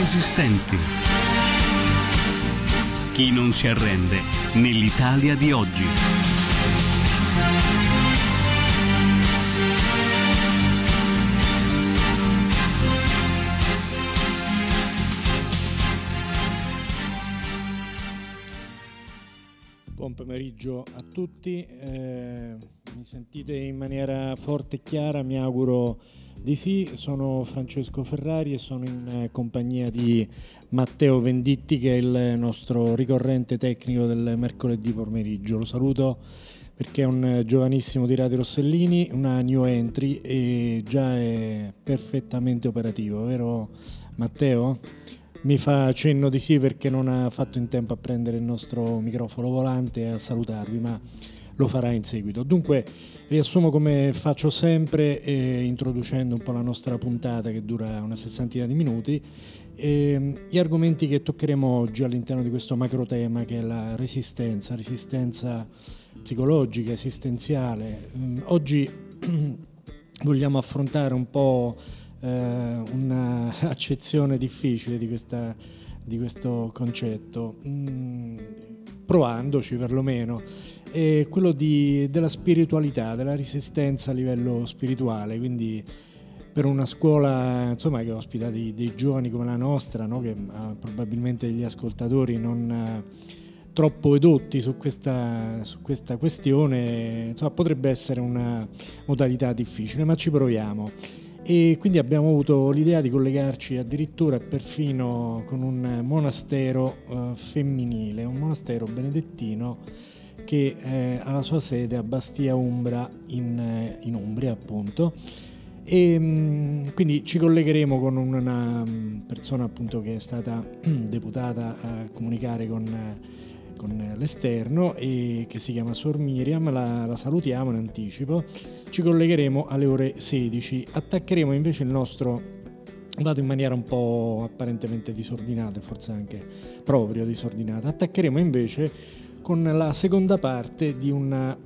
resistenti. Chi non si arrende nell'Italia di oggi. Buon pomeriggio a tutti, mi sentite in maniera forte e chiara? Mi auguro di sì. Sono Francesco Ferrari e sono in compagnia di Matteo Venditti, che è il nostro ricorrente tecnico del mercoledì pomeriggio. Lo saluto perché è un giovanissimo di Radio Rossellini, una new entry e già è perfettamente operativo, vero Matteo? Mi fa cenno di sì perché non ha fatto in tempo a prendere il nostro microfono volante e a salutarvi, ma lo farà in seguito. Dunque riassumo come faccio sempre, introducendo un po' la nostra puntata che dura una sessantina di minuti, gli argomenti che toccheremo oggi all'interno di questo macro tema che è la resistenza psicologica, esistenziale. Oggi vogliamo affrontare un po' una accezione difficile di questo concetto, provandoci perlomeno, è quello della spiritualità, della resistenza a livello spirituale. Quindi per una scuola insomma che ospita dei giovani come la nostra, no? Che ha probabilmente degli ascoltatori non troppo edotti su questa questione, insomma potrebbe essere una modalità difficile, ma ci proviamo. E quindi abbiamo avuto l'idea di collegarci addirittura perfino con un monastero femminile, un monastero benedettino che ha la sua sede a Bastia Umbra in Umbria, appunto. E quindi ci collegheremo con una persona appunto che è stata deputata a comunicare con l'esterno e che si chiama Sor Miriam. La salutiamo in anticipo. Ci collegheremo alle ore 16. Attaccheremo invece il nostro, vado in maniera un po' apparentemente disordinata, forse anche proprio disordinata, attaccheremo invece con la seconda parte di una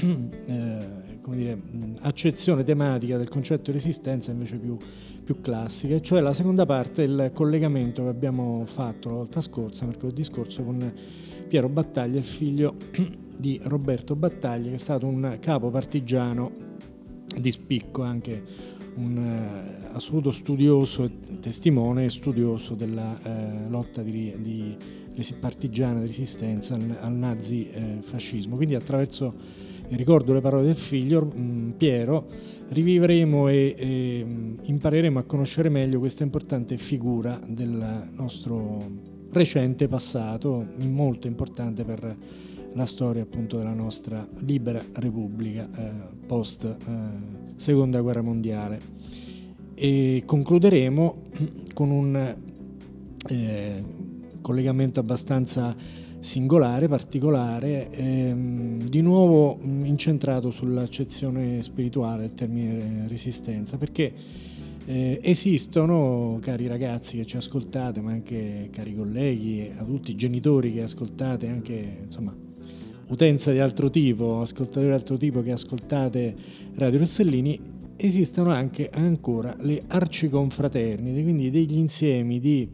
accezione tematica del concetto di resistenza invece più classica, cioè la seconda parte del collegamento che abbiamo fatto la volta scorsa, mercoledì scorso, con Piero Battaglia, il figlio di Roberto Battaglia, che è stato un capo partigiano di spicco, anche un assoluto studioso e testimone e studioso della lotta partigiana di resistenza al nazifascismo. Quindi attraverso il ricordo le parole del figlio Piero rivivremo e impareremo a conoscere meglio questa importante figura del nostro recente passato, molto importante per la storia appunto della nostra libera repubblica post seconda guerra mondiale. E concluderemo con un collegamento abbastanza singolare, particolare, di nuovo incentrato sull'accezione spirituale del termine resistenza, perché esistono, cari ragazzi che ci ascoltate, ma anche cari colleghi, adulti, genitori che ascoltate, anche insomma utenza di altro tipo, ascoltatori di altro tipo che ascoltate Radio Rossellini, esistono anche ancora le arciconfraternite, quindi degli insiemi di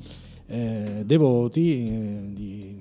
devoti,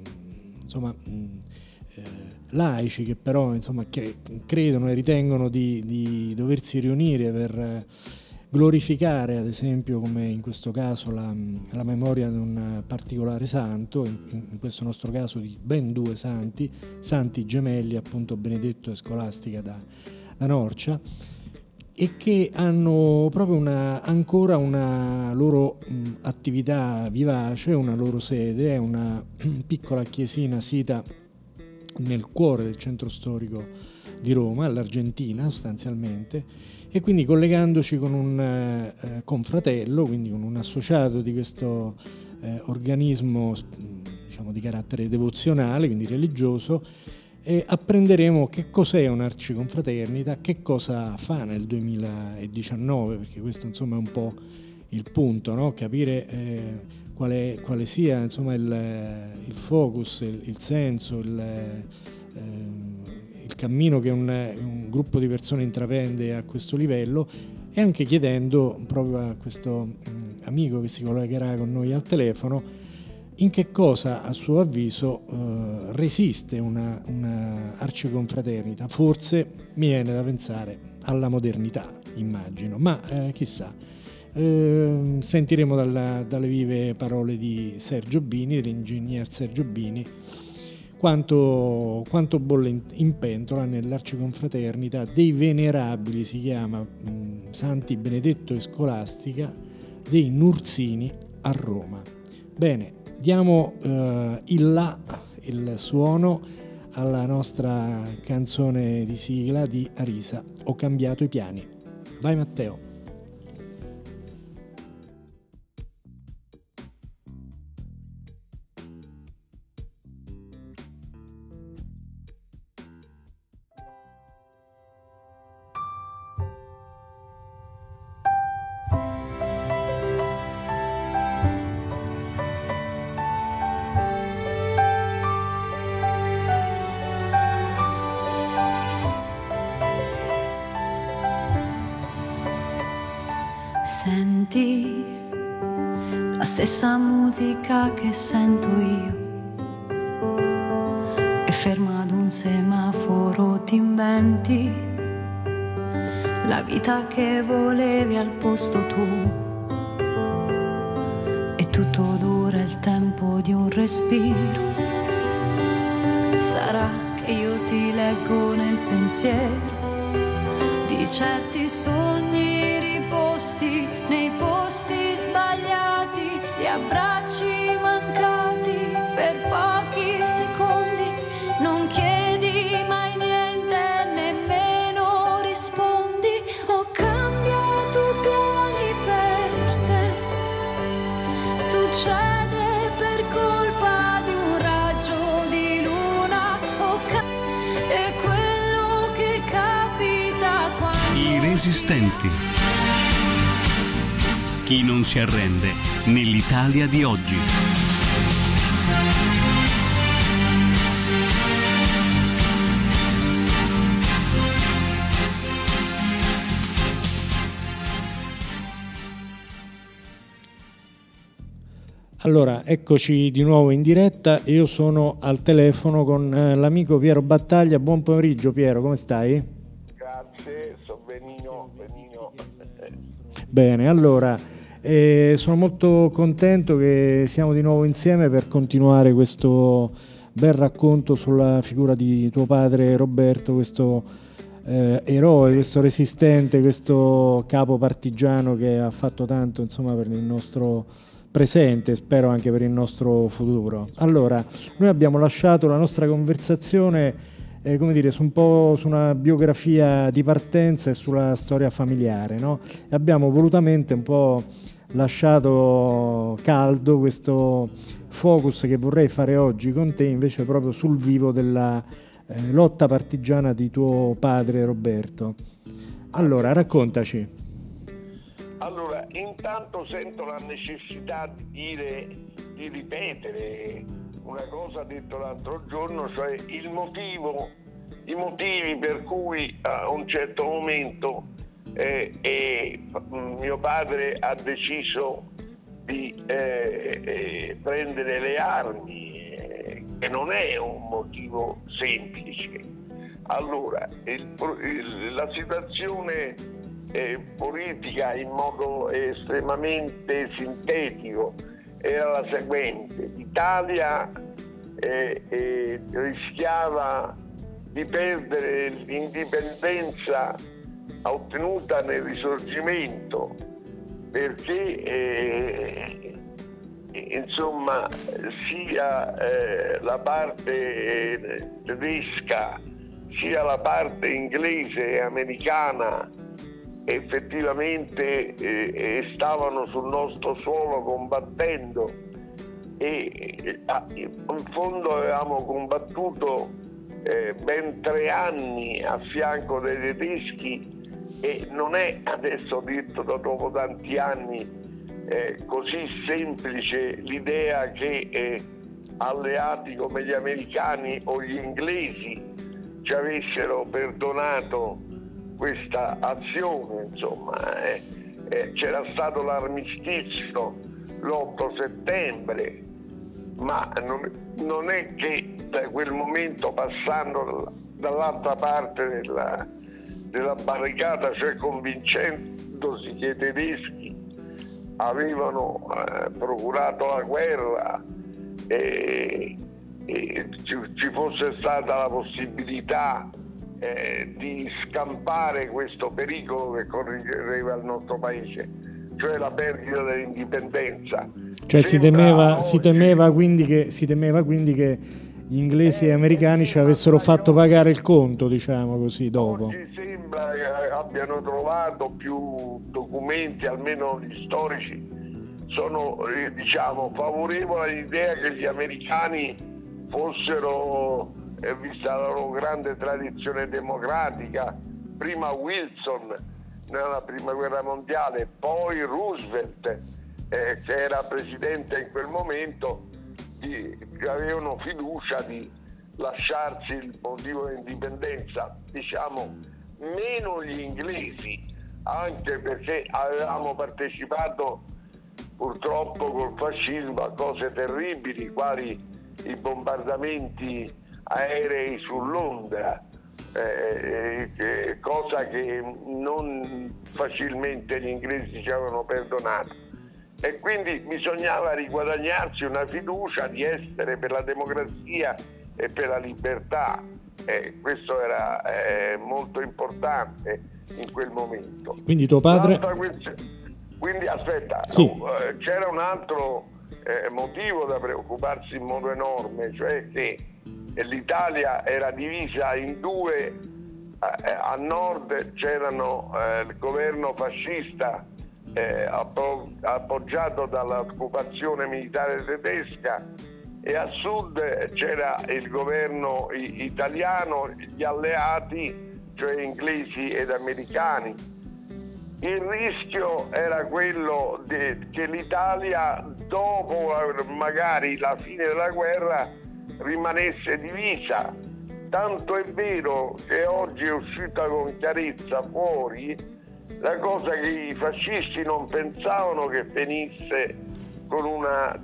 laici che però insomma che credono e ritengono di doversi riunire per glorificare, ad esempio, come in questo caso, la memoria di un particolare santo, in questo nostro caso di ben due santi gemelli, appunto Benedetto e Scolastica da Norcia, e che hanno proprio ancora una loro attività vivace, una loro sede, è una piccola chiesina sita nel cuore del centro storico di Roma, all'Argentina sostanzialmente, e quindi collegandoci con un confratello, quindi con un associato di questo organismo diciamo di carattere devozionale, quindi religioso, apprenderemo che cos'è un'arciconfraternita, che cosa fa nel 2019, perché questo insomma è un po' il punto, no? Capire quale sia insomma il focus, il senso, il cammino che un gruppo di persone intraprende a questo livello, e anche chiedendo proprio a questo amico che si collegherà con noi al telefono, in che cosa a suo avviso resiste una arciconfraternita. Forse mi viene da pensare alla modernità, immagino, ma chissà. Sentiremo dalle vive parole di Sergio Bini, dell'ingegner Sergio Bini, quanto bolle in pentola nell'arciconfraternita dei venerabili, si chiama Santi Benedetto e Scolastica, dei Nursini a Roma. Bene, diamo il suono alla nostra canzone di sigla di Arisa, Ho cambiato i piani. Vai Matteo. Senti la stessa musica che sento io, e ferma ad un semaforo ti inventi la vita che volevi al posto tuo, e tutto dura il tempo di un respiro. Sarà che io ti leggo nel pensiero di certi sogni riposti nei posti sbagliati, di abbracci mancati per pochi secondi. Non chiedi mai niente, nemmeno rispondi. Ho cambiato piani per te, succede per colpa di un raggio di luna. È quello che capita quando I resistenti. Chi non si arrende nell'Italia di oggi. Allora, eccoci di nuovo in diretta. Io sono al telefono con l'amico Piero Battaglia. Buon pomeriggio Piero, come stai? Grazie, sto benino. Bene, allora sono molto contento che siamo di nuovo insieme per continuare questo bel racconto sulla figura di tuo padre Roberto, questo eroe, questo resistente, questo capo partigiano che ha fatto tanto, insomma, per il nostro presente, spero anche per il nostro futuro. Allora, noi abbiamo lasciato la nostra conversazione come dire, su una biografia di partenza e sulla storia familiare, no? E abbiamo volutamente un po' lasciato caldo questo focus che vorrei fare oggi con te invece proprio sul vivo della lotta partigiana di tuo padre Roberto. Allora, raccontaci. Allora, intanto sento la necessità di ripetere una cosa detto l'altro giorno, cioè i motivi per cui a un certo momento mio padre ha deciso di prendere le armi, che non è un motivo semplice. Allora, la situazione politica in modo estremamente sintetico era la seguente: l'Italia rischiava di perdere l'indipendenza ottenuta nel Risorgimento, perché insomma sia la parte tedesca sia la parte inglese e americana effettivamente stavano sul nostro suolo combattendo, e in fondo avevamo combattuto ben 3 anni a fianco dei tedeschi, e non è, adesso detto dopo tanti anni, così semplice l'idea che alleati come gli americani o gli inglesi ci avessero perdonato questa azione, insomma. c'era stato l'armistizio l'8 settembre, ma non è che da quel momento, passando dall'altra parte della barricata, cioè convincendosi che i tedeschi avevano procurato la guerra e ci fosse stata la possibilità di scampare questo pericolo che correva al nostro paese, cioè la perdita dell'indipendenza. Cioè si temeva quindi che gli inglesi e gli americani ci avessero fatto pagare il conto, diciamo così, dopo. Oggi sembra che abbiano trovato più documenti, almeno gli storici sono favorevoli all'idea che gli americani fossero, vista la loro grande tradizione democratica, prima Wilson nella prima guerra mondiale, poi Roosevelt, che era presidente in quel momento, avevano fiducia di lasciarsi il motivo di indipendenza, meno gli inglesi, anche perché avevamo partecipato purtroppo col fascismo a cose terribili, quali i bombardamenti aerei su Londra, cosa che non facilmente gli inglesi ci avevano perdonato. E quindi bisognava riguadagnarsi una fiducia di essere per la democrazia e per la libertà. Questo era molto importante in quel momento. Quindi tuo padre... Quindi aspetta, sì. C'era un altro motivo da preoccuparsi in modo enorme, cioè che l'Italia era divisa in due. A nord c'erano il governo fascista appoggiato dall'occupazione militare tedesca, e a sud c'era il governo italiano, gli alleati, cioè inglesi ed americani. Il rischio era quello che l'Italia, dopo magari la fine della guerra, rimanesse divisa. Tanto è vero che oggi è uscita con chiarezza fuori la cosa che i fascisti non pensavano che venisse con una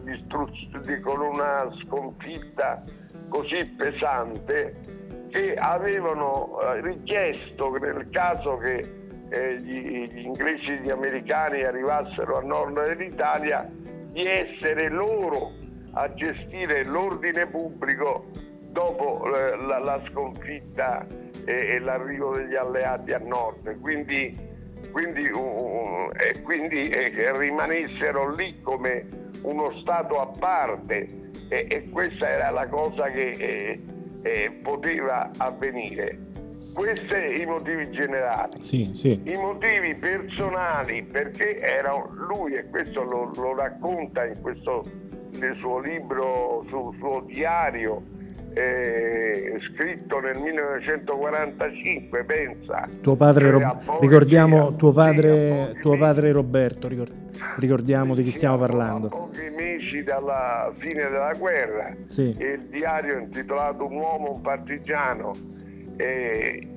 sconfitta così pesante, che avevano richiesto che nel caso che gli inglesi e gli americani arrivassero a nord dell'Italia, di essere loro a gestire l'ordine pubblico dopo la sconfitta e l'arrivo degli alleati a nord, quindi rimanessero lì come uno stato a parte, e questa era la cosa che poteva avvenire. Questi i motivi generali. Sì. I motivi personali, perché era lui, e questo lo racconta nel suo libro, sul suo diario, scritto nel 1945, pensa. Tuo padre, ricordiamo tuo padre Roberto, ricordiamo di chi stiamo parlando. A pochi mesi dalla fine della guerra, sì. Il diario intitolato Un uomo, un partigiano, e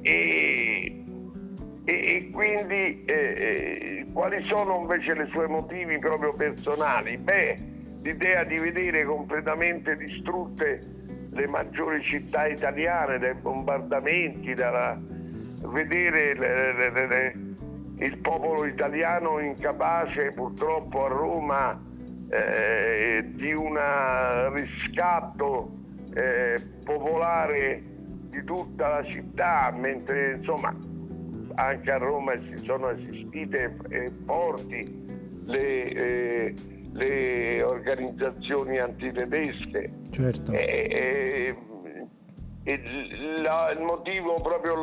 quindi quali sono invece i suoi motivi proprio personali? L'idea di vedere completamente distrutte le maggiori città italiane dai bombardamenti, vedere il popolo italiano incapace purtroppo a Roma di un riscatto popolare di tutta la città, mentre insomma anche a Roma si sono assistite forti le organizzazione antitedesche. Certo. Il motivo proprio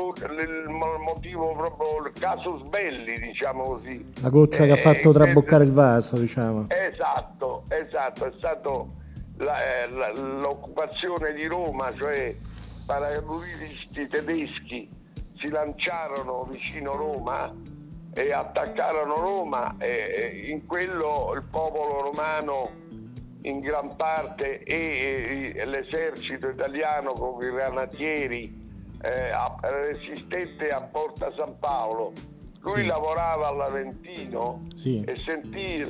il casus belli, diciamo così. La goccia che ha fatto traboccare il vaso, diciamo. Esatto, è stato l'occupazione di Roma, cioè paracadutisti tedeschi si lanciarono vicino Roma e attaccarono Roma, e in quello il popolo romano in gran parte e l'esercito italiano con i granatieri resistette a Porta San Paolo, Lui lavorava all'Aventino e sentì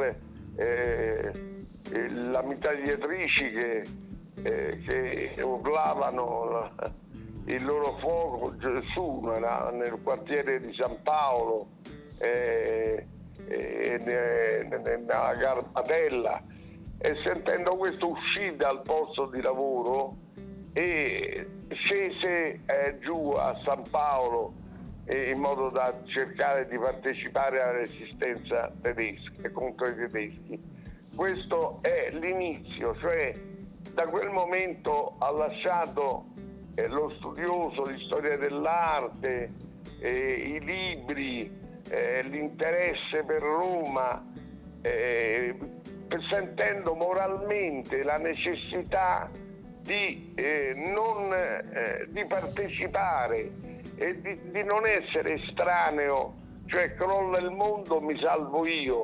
la mitragliatrici che urlavano il loro fuoco su nel quartiere di San Paolo, nella Garbatella, e sentendo questo uscì dal posto di lavoro e scese giù a San Paolo in modo da cercare di partecipare alla resistenza tedesca contro i tedeschi. Questo è l'inizio, cioè da quel momento ha lasciato lo studioso di storia dell'arte, i libri, l'interesse per Roma, sentendo moralmente la necessità di partecipare e di non essere estraneo, cioè crolla il mondo, mi salvo io,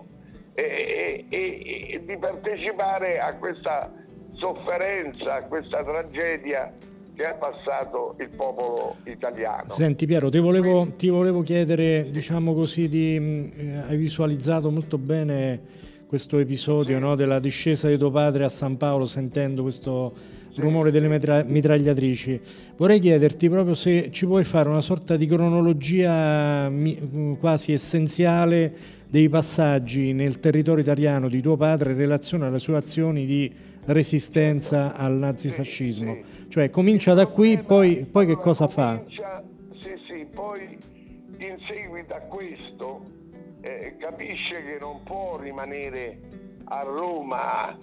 e di partecipare a questa sofferenza, a questa tragedia che ha passato il popolo italiano. Senti Piero, ti volevo chiedere, diciamo così, hai visualizzato molto bene questo episodio, no, della discesa di tuo padre a San Paolo sentendo questo rumore delle mitragliatrici. Vorrei chiederti proprio se ci puoi fare una sorta di cronologia quasi essenziale dei passaggi nel territorio italiano di tuo padre in relazione alle sue azioni di resistenza al nazifascismo. Cioè comincia da qui, poi che cosa fa? Poi in seguito a questo capisce che non può rimanere a Roma,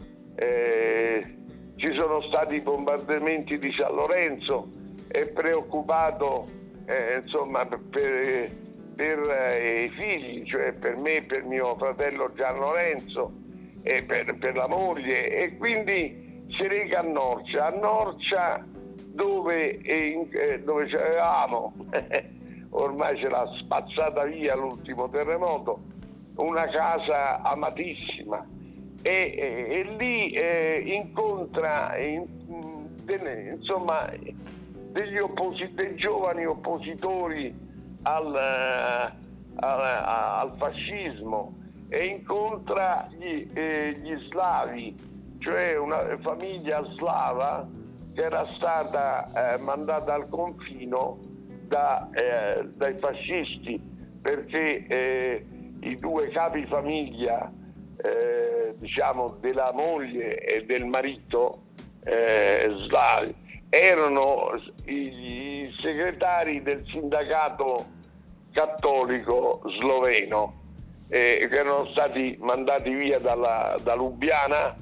ci sono stati i bombardamenti di San Lorenzo, è preoccupato insomma per i figli, cioè per me e per mio fratello Gian Lorenzo, e per la moglie, e quindi si reca a Norcia dove ci avevamo ormai ce l'ha spazzata via l'ultimo terremoto, una casa amatissima, e lì incontra insomma dei giovani oppositori al fascismo, e incontra gli slavi, cioè una famiglia slava che era stata mandata al confino dai fascisti, perché i due capi famiglia, diciamo della moglie e del marito slavi, erano i segretari del sindacato cattolico sloveno, che erano stati mandati via da Lubiana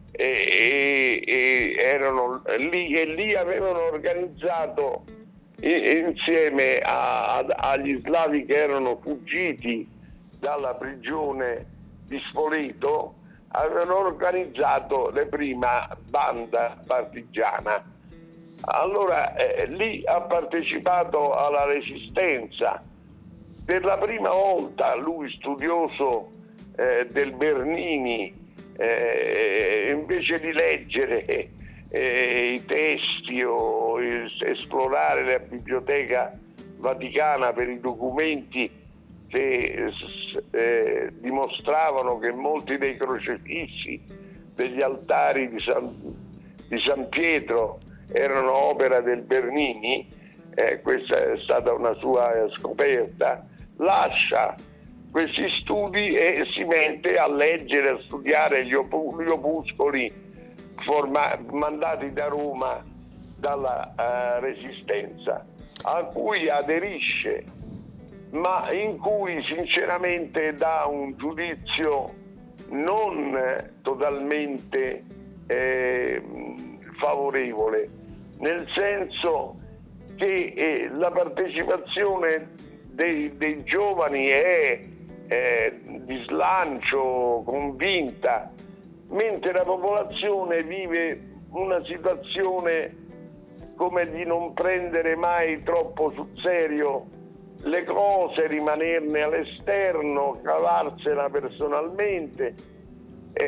e erano lì, e lì avevano organizzato insieme agli slavi che erano fuggiti dalla prigione di Spoleto, avevano organizzato la prima banda partigiana. Allora lì ha partecipato alla resistenza. Per la prima volta lui, studioso del Bernini, invece di leggere i testi o esplorare la biblioteca vaticana per i documenti che dimostravano che molti dei crocefissi degli altari di San Pietro erano opera del Bernini, questa è stata una sua scoperta, lascia questi studi e si mette a leggere, a studiare gli opuscoli mandati da Roma dalla Resistenza, a cui aderisce, ma in cui sinceramente dà un giudizio non totalmente favorevole, nel senso che la partecipazione dei giovani è di slancio, convinta, mentre la popolazione vive una situazione come di non prendere mai troppo sul serio le cose, rimanerne all'esterno, cavarsela personalmente.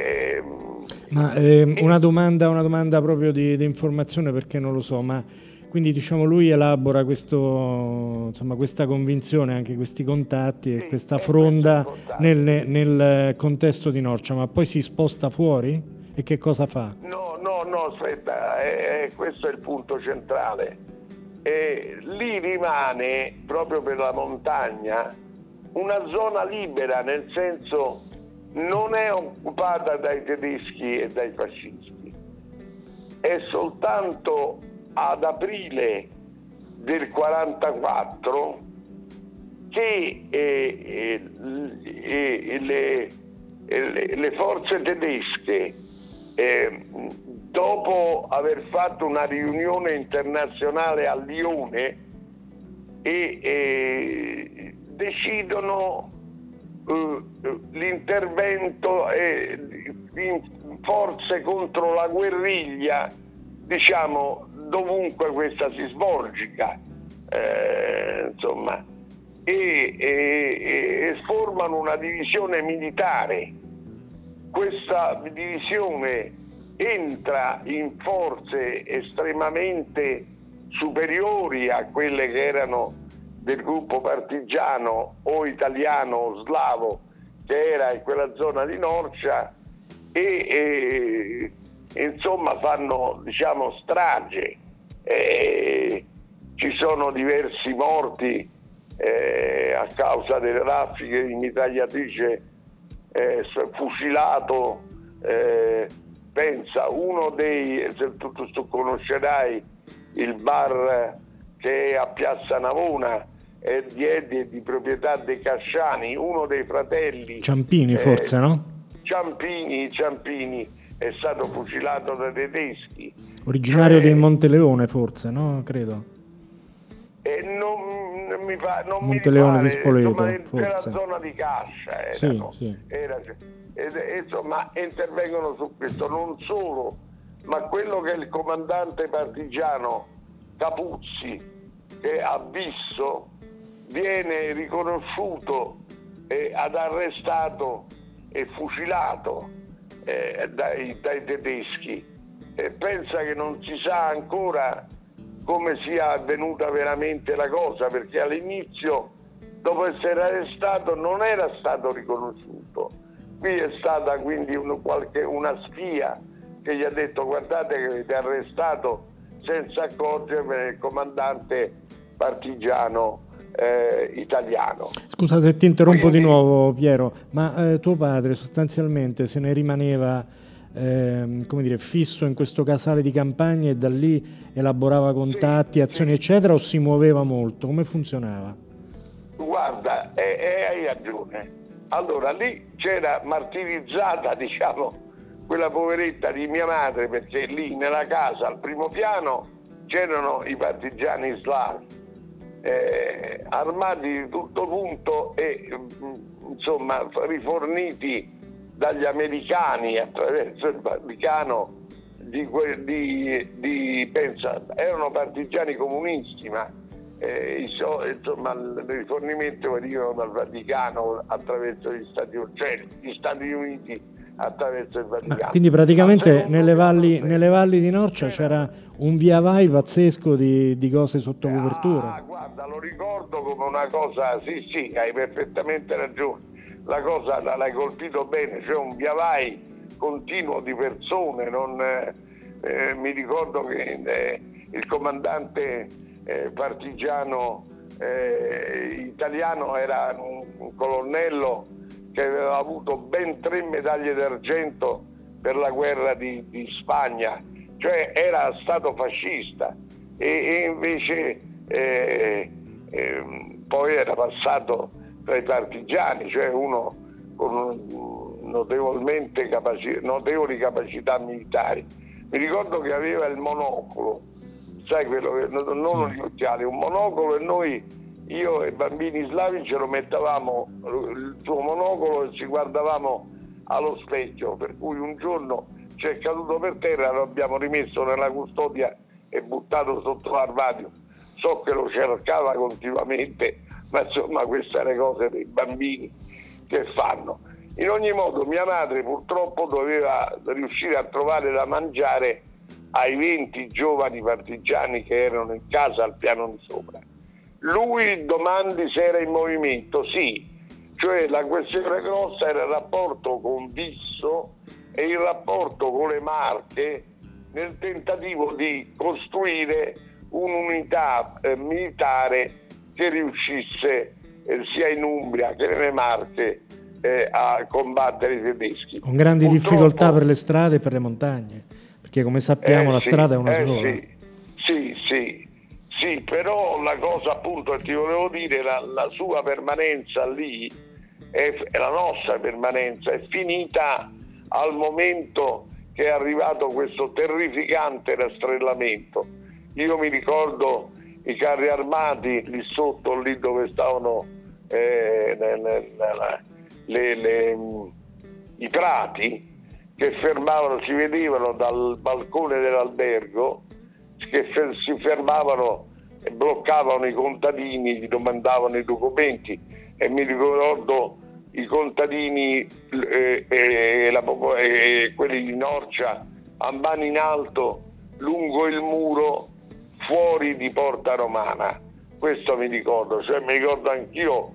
Ma una domanda proprio di informazione, perché non lo so, ma Quindi diciamo lui elabora questa convinzione, anche questi contatti e questa fronda nel contesto di Norcia, ma poi si sposta fuori e che cosa fa? No, aspetta, questo è il punto centrale. Lì rimane, proprio per la montagna, una zona libera, nel senso non è occupata dai tedeschi e dai fascisti. È soltanto ad aprile del 1944 che le forze tedesche, dopo aver fatto una riunione internazionale a Lione, decidono l'intervento in forze contro la guerriglia, diciamo, dovunque questa si svolga, insomma, e formano una divisione militare. Questa divisione entra in forze estremamente superiori a quelle che erano del gruppo partigiano o italiano o slavo che era in quella zona di Norcia e insomma fanno, diciamo, strage. Ci sono diversi morti a causa delle raffiche di mitragliatrice, fucilato. Pensa, uno dei, se tu conoscerai il bar che è a Piazza Navona, è di proprietà dei Casciani, uno dei fratelli Ciampini, forse, no? Ciampini è stato fucilato dai tedeschi. Originario di Monteleone, forse, no? Credo. Non mi Monteleone di pare, Spoleto, nella forse. zona di Cascia Sì. insomma, intervengono su questo. Non solo, ma quello che è il comandante partigiano Capuzzi, che ha visto, viene riconosciuto ad arrestato e fucilato dai tedeschi. Pensa che non si sa ancora come sia avvenuta veramente la cosa, perché all'inizio, dopo essere arrestato, non era stato riconosciuto. Qui è stata quindi una spia che gli ha detto: guardate che avete arrestato senza accorgervene il comandante partigiano italiano. Scusa se ti interrompo di nuovo, Piero, ma tuo padre sostanzialmente se ne rimaneva come dire, fisso in questo casale di campagna e da lì elaborava contatti, azioni eccetera, o si muoveva molto? Come funzionava? Guarda, hai ragione. Allora lì c'era martirizzata, diciamo, quella poveretta di mia madre, perché lì nella casa al primo piano c'erano i partigiani slavi, armati di tutto punto e insomma riforniti dagli americani attraverso il Vaticano pensa, erano partigiani comunisti, ma insomma il rifornimento venivano dal Vaticano attraverso gli Stati Uniti attraverso il Vaticano. Quindi praticamente nelle valli di Norcia c'era un via vai pazzesco di cose sotto copertura. Guarda, lo ricordo come una cosa, sì, hai perfettamente ragione, la cosa l'hai colpito bene, cioè un via vai continuo di persone. Mi ricordo che il comandante partigiano italiano era un colonnello che aveva avuto ben 3 medaglie d'argento per la guerra di Spagna, cioè era stato fascista e invece poi era passato tra i partigiani, cioè uno con notevoli capacità militari. Mi ricordo che aveva il monocolo, sai quello che non gli occhiali, un monocolo, e io e i bambini slavi ce lo mettavamo il suo monocolo e ci guardavamo allo specchio, per cui un giorno ci è caduto per terra, lo abbiamo rimesso nella custodia e buttato sotto l'armadio. So che lo cercava continuamente, ma insomma queste sono le cose dei bambini che fanno. In ogni modo mia madre purtroppo doveva riuscire a trovare da mangiare ai 20 giovani partigiani che erano in casa al piano di sopra. Lui domandi se era in movimento, sì, cioè la questione grossa era il rapporto con Visso e il rapporto con le Marche nel tentativo di costruire un'unità militare che riuscisse sia in Umbria che nelle Marche a combattere i tedeschi. Con grandi difficoltà per le strade e per le montagne, perché come sappiamo la strada è una sola. Sì, però la cosa appunto che ti volevo dire, la sua permanenza lì, la nostra permanenza, è finita al momento che è arrivato questo terrificante rastrellamento. Io mi ricordo i carri armati lì sotto, lì dove stavano i prati, che fermavano, si vedevano dal balcone dell'albergo, che si fermavano e bloccavano i contadini, gli domandavano i documenti, e mi ricordo i contadini quelli di Norcia a mani in alto lungo il muro fuori di Porta Romana. Questo mi ricordo, cioè mi ricordo anch'io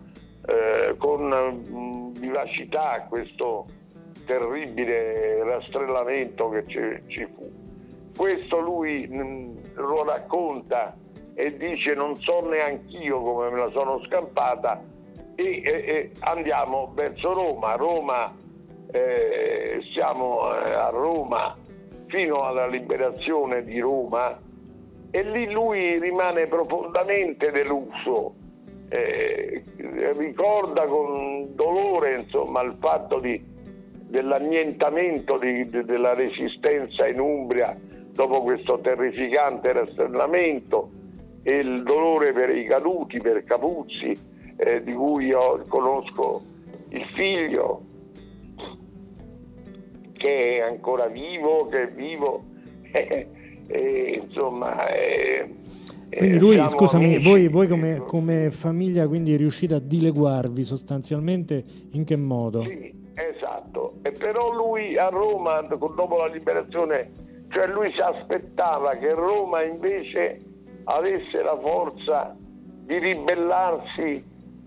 con vivacità questo terribile rastrellamento che ci fu. Questo lui lo racconta e dice: non so neanch'io come me la sono scampata, e andiamo verso Roma. Siamo a Roma fino alla liberazione di Roma, e lì lui rimane profondamente deluso, ricorda con dolore insomma il fatto dell'annientamento della resistenza in Umbria dopo questo terrificante rastrellamento, e il dolore per i caduti, per Capuzzi, di cui io conosco il figlio, che è ancora vivo, che è vivo, insomma. Quindi lui, scusami, voi come famiglia quindi riuscite a dileguarvi sostanzialmente in che modo? Sì, esatto, e però lui a Roma, dopo la liberazione, cioè lui si aspettava che Roma invece avesse la forza di ribellarsi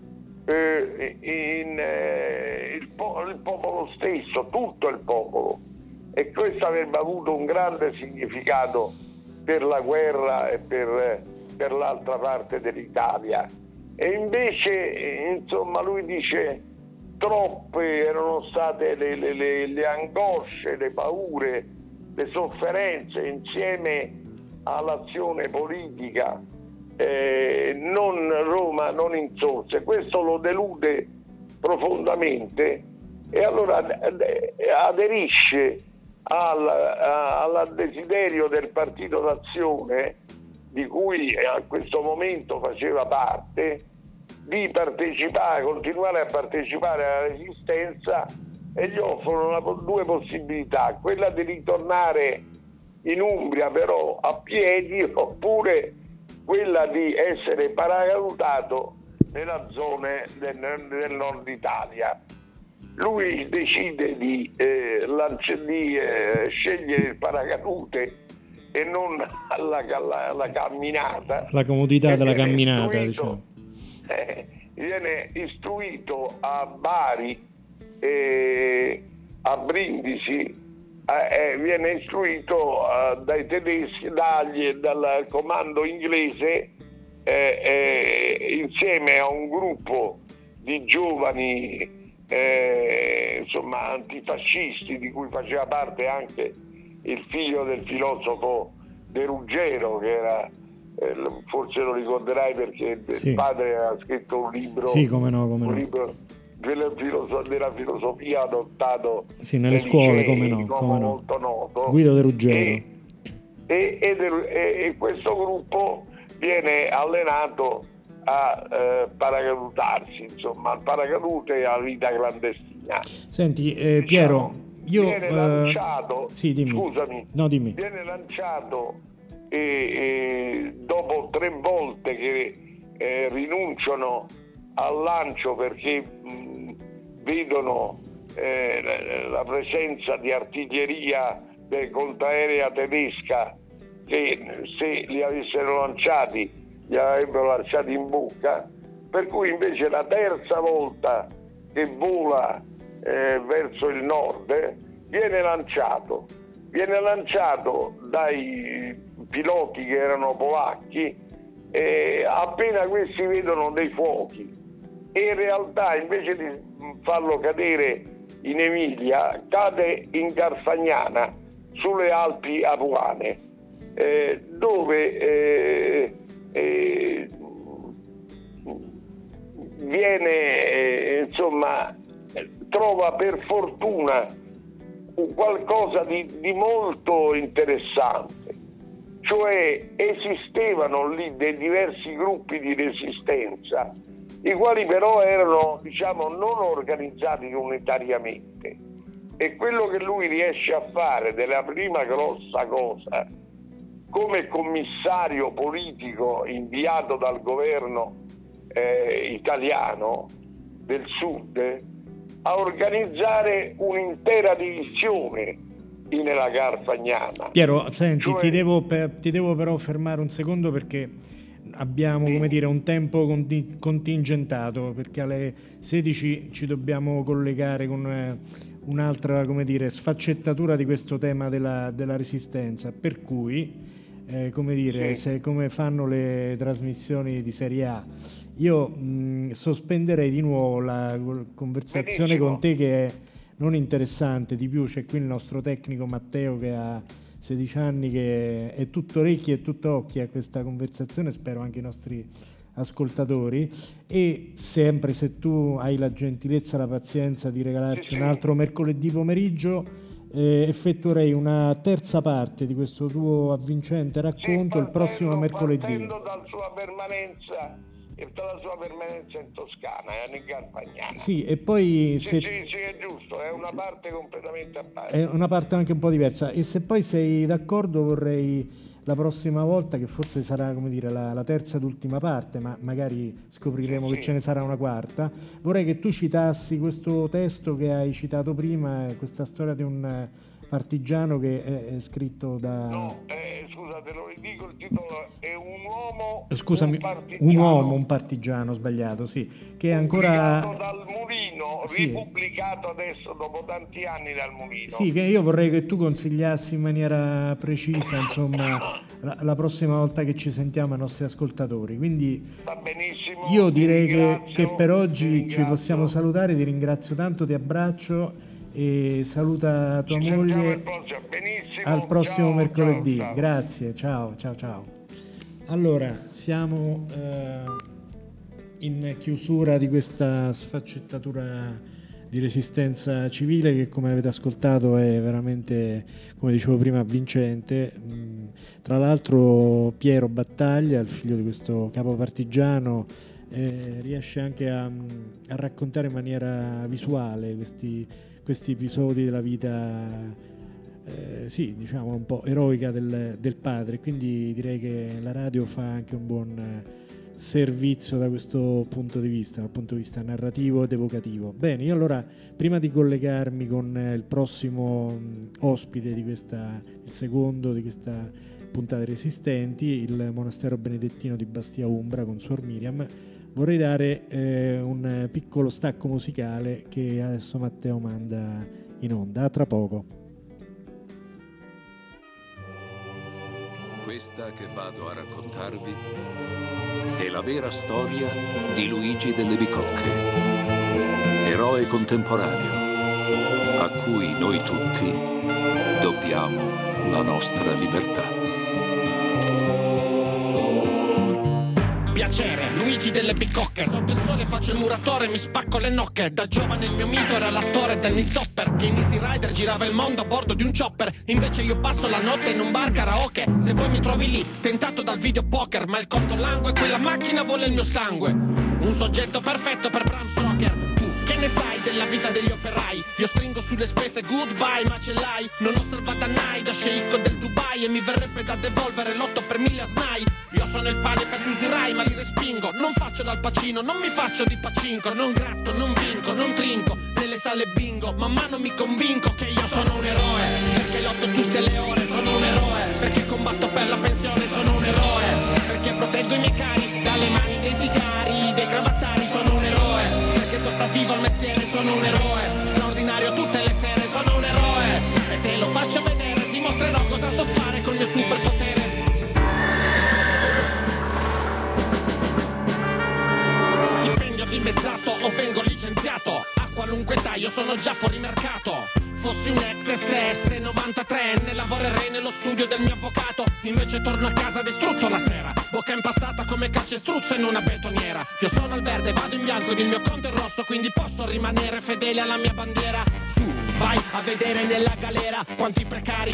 il popolo stesso, tutto il popolo, e questo avrebbe avuto un grande significato per la guerra e per l'altra parte dell'Italia. E invece insomma lui dice troppe erano state le angosce, le paure, le sofferenze insieme all'azione politica, Roma non insorse. Questo lo delude profondamente, e allora aderisce al desiderio del Partito d'Azione, di cui a questo momento faceva parte, di continuare a partecipare alla resistenza, e gli offrono due possibilità: quella di ritornare in Umbria però a piedi, oppure quella di essere paracadutato nella zona del nord Italia. Lui decide di scegliere il paracadute e non la camminata. La comodità della camminata, diciamo. Viene istruito a Bari, a Brindisi, viene istruito dai tedeschi, dal comando inglese, insieme a un gruppo di giovani insomma antifascisti, di cui faceva parte anche il figlio del filosofo De Ruggero, che era, forse lo ricorderai perché sì, il padre ha scritto un libro, sì, come no. Un libro della filosofia adottato sì, nelle scuole, licei, come no. molto noto, Guido De Ruggero. E questo gruppo viene allenato a paracadutarsi, insomma, al paracadute e alla vita clandestina. Senti, Piero, io viene lanciato, sì, dimmi. Scusami, no, dimmi. Viene lanciato dopo 3 volte che rinunciano al lancio perché vedono la presenza di artiglieria contraerea tedesca che se li avessero lanciati li avrebbero lanciati in bocca, per cui invece la terza volta che vola verso il nord viene lanciato dai piloti che erano polacchi, appena questi vedono dei fuochi, e in realtà invece di farlo cadere in Emilia cade in Garfagnana, sulle Alpi Apuane, dove viene, trova per fortuna qualcosa di molto interessante, cioè esistevano lì dei diversi gruppi di resistenza, i quali però erano, non organizzati unitariamente, e quello che lui riesce a fare della prima grossa cosa, come commissario politico inviato dal governo italiano del sud, a organizzare un'intera divisione nella Garfagnana. Piero, senti, ti devo però fermare un secondo, perché abbiamo un tempo contingentato, perché alle 16 ci dobbiamo collegare con un'altra sfaccettatura di questo tema della resistenza, per cui come fanno le trasmissioni di Serie A, io sospenderei di nuovo la conversazione con te, che è non interessante. Di più c'è qui il nostro tecnico Matteo, che ha 16 anni, che è tutto orecchi e tutto occhi a questa conversazione, spero anche i nostri ascoltatori, e sempre, se tu hai la gentilezza, la pazienza di regalarci un altro mercoledì pomeriggio, effettuerei una terza parte di questo tuo avvincente racconto il prossimo mercoledì. Dalla sua permanenza in Toscana, in Garfagnana. Sì, e poi sì, è giusto, è una parte completamente a parte. È una parte anche un po' diversa, e se poi sei d'accordo vorrei la prossima volta, che forse sarà la terza ed ultima parte, ma magari scopriremo che ce ne sarà una quarta, vorrei che tu citassi questo testo che hai citato prima, questa storia di un partigiano che è scritto da... scusa, te lo ridico, il titolo è Un uomo, un partigiano, sbagliato, sì, che è ancora... dal Mulino, ripubblicato adesso dopo tanti anni dal Mulino. Sì, che io vorrei che tu consigliassi in maniera precisa, la prossima volta che ci sentiamo ai nostri ascoltatori. Quindi va benissimo, io direi che per oggi ci possiamo salutare. Ti ringrazio tanto, ti abbraccio e saluta tua moglie. Al prossimo mercoledì. Ciao. Grazie, ciao. Allora, siamo in chiusura di questa sfaccettatura di resistenza civile, che, come avete ascoltato, è veramente, come dicevo prima, vincente. Tra l'altro Piero Battaglia, il figlio di questo capo partigiano, riesce anche a raccontare in maniera visuale questi episodi della vita un po' eroica del padre, quindi direi che la radio fa anche un buon servizio da questo punto di vista, dal punto di vista narrativo ed evocativo. Bene, io allora, prima di collegarmi con il prossimo ospite il secondo di questa puntata Resistenti, il monastero benedettino di Bastia Umbra con Suor Miriam, vorrei dare un piccolo stacco musicale che adesso Matteo manda in onda. A tra poco. Questa che vado a raccontarvi è la vera storia di Luigi delle Bicocche, eroe contemporaneo a cui noi tutti dobbiamo la nostra libertà. Piacere, Luigi delle Bicocche. Sotto il sole faccio il muratore, mi spacco le nocche. Da giovane il mio mito era l'attore Dennis Hopper, che in Easy Rider girava il mondo a bordo di un chopper. Invece io passo la notte in un bar karaoke. Se vuoi mi trovi lì, tentato dal video poker, ma il conto langue, quella macchina vuole il mio sangue. Un soggetto perfetto per Bram Stoker. Che ne sai della vita degli operai? Io stringo sulle spese, goodbye macellai. Non ho salvata Nai da sceicco del Dubai, e mi verrebbe da devolvere l'8 per 1000 a Snai. Io sono il pane per gli usurai, ma li respingo. Non faccio dal Pacino, non mi faccio di pacinco. Non gratto, non vinco, non trinco nelle sale bingo. Man mano mi convinco che io sono un eroe, perché lotto tutte le ore. Sono un eroe, perché combatto per la sono un eroe, straordinario tutte le sere, sono un eroe. E te lo faccio vedere, ti mostrerò cosa so fare col mio superpotere. Stipendio dimezzato o vengo licenziato, a qualunque età io sono già fuori mercato. Fossi un ex SS 93enne, lavorerei nello studio del mio avvocato. Invece torno a casa distrutto la sera, bocca impastata come calcestruzzo in una betoniera. Io sono al verde, vado in bianco ed il mio conto è rosso, quindi posso rimanere fedele alla mia bandiera. Su, vai a vedere nella galera quanti precari.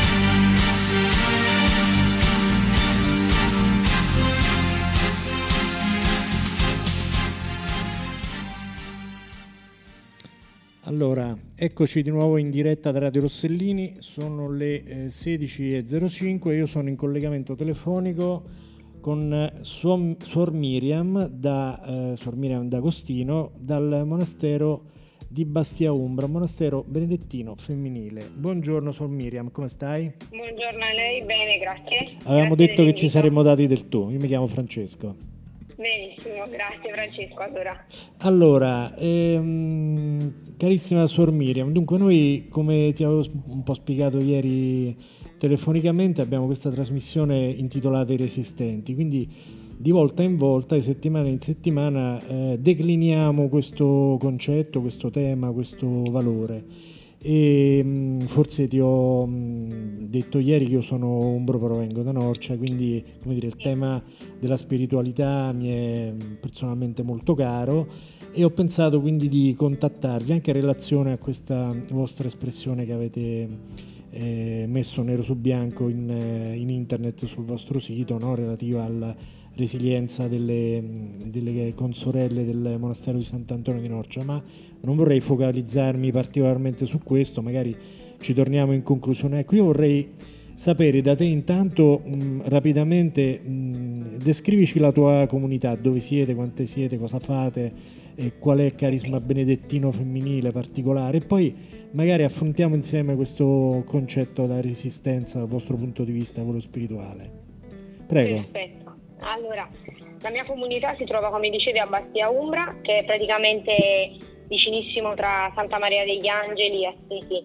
Allora, eccoci di nuovo in diretta da Radio Rossellini, sono le 16:05 e io sono in collegamento telefonico con Suor Miriam D'Agostino dal monastero di Bastia Umbra, un monastero benedettino femminile. Buongiorno Suor Miriam, come stai? Buongiorno a lei, bene, grazie. Avevamo Grazie detto che ci dell'invito. saremmo dati del tu, io mi chiamo Francesco. Benissimo, grazie Francesco. Allora, carissima Suor Miriam, dunque noi, come ti avevo un po' spiegato ieri telefonicamente, abbiamo questa trasmissione intitolata I Resistenti, quindi di volta in volta, di settimana in settimana, decliniamo questo concetto, questo tema, questo valore. E forse ti ho detto ieri che io sono umbro, provengo da Norcia, quindi come dire, il tema della spiritualità mi è personalmente molto caro e ho pensato quindi di contattarvi anche in relazione a questa vostra espressione che avete messo nero su bianco in internet sul vostro sito, no? Relativa alla resilienza delle consorelle del monastero di Sant'Antonio di Norcia, ma non vorrei focalizzarmi particolarmente su questo, magari ci torniamo in conclusione. Ecco, io vorrei sapere da te intanto rapidamente, descrivici la tua comunità, dove siete, quante siete, cosa fate, qual è il carisma benedettino femminile particolare, e poi magari affrontiamo insieme questo concetto della resistenza dal vostro punto di vista, quello spirituale. Prego. Perfetto. Allora, la mia comunità si trova, come dicevi, a Bastia Umbra, che è praticamente vicinissimo tra Santa Maria degli Angeli e Assisi,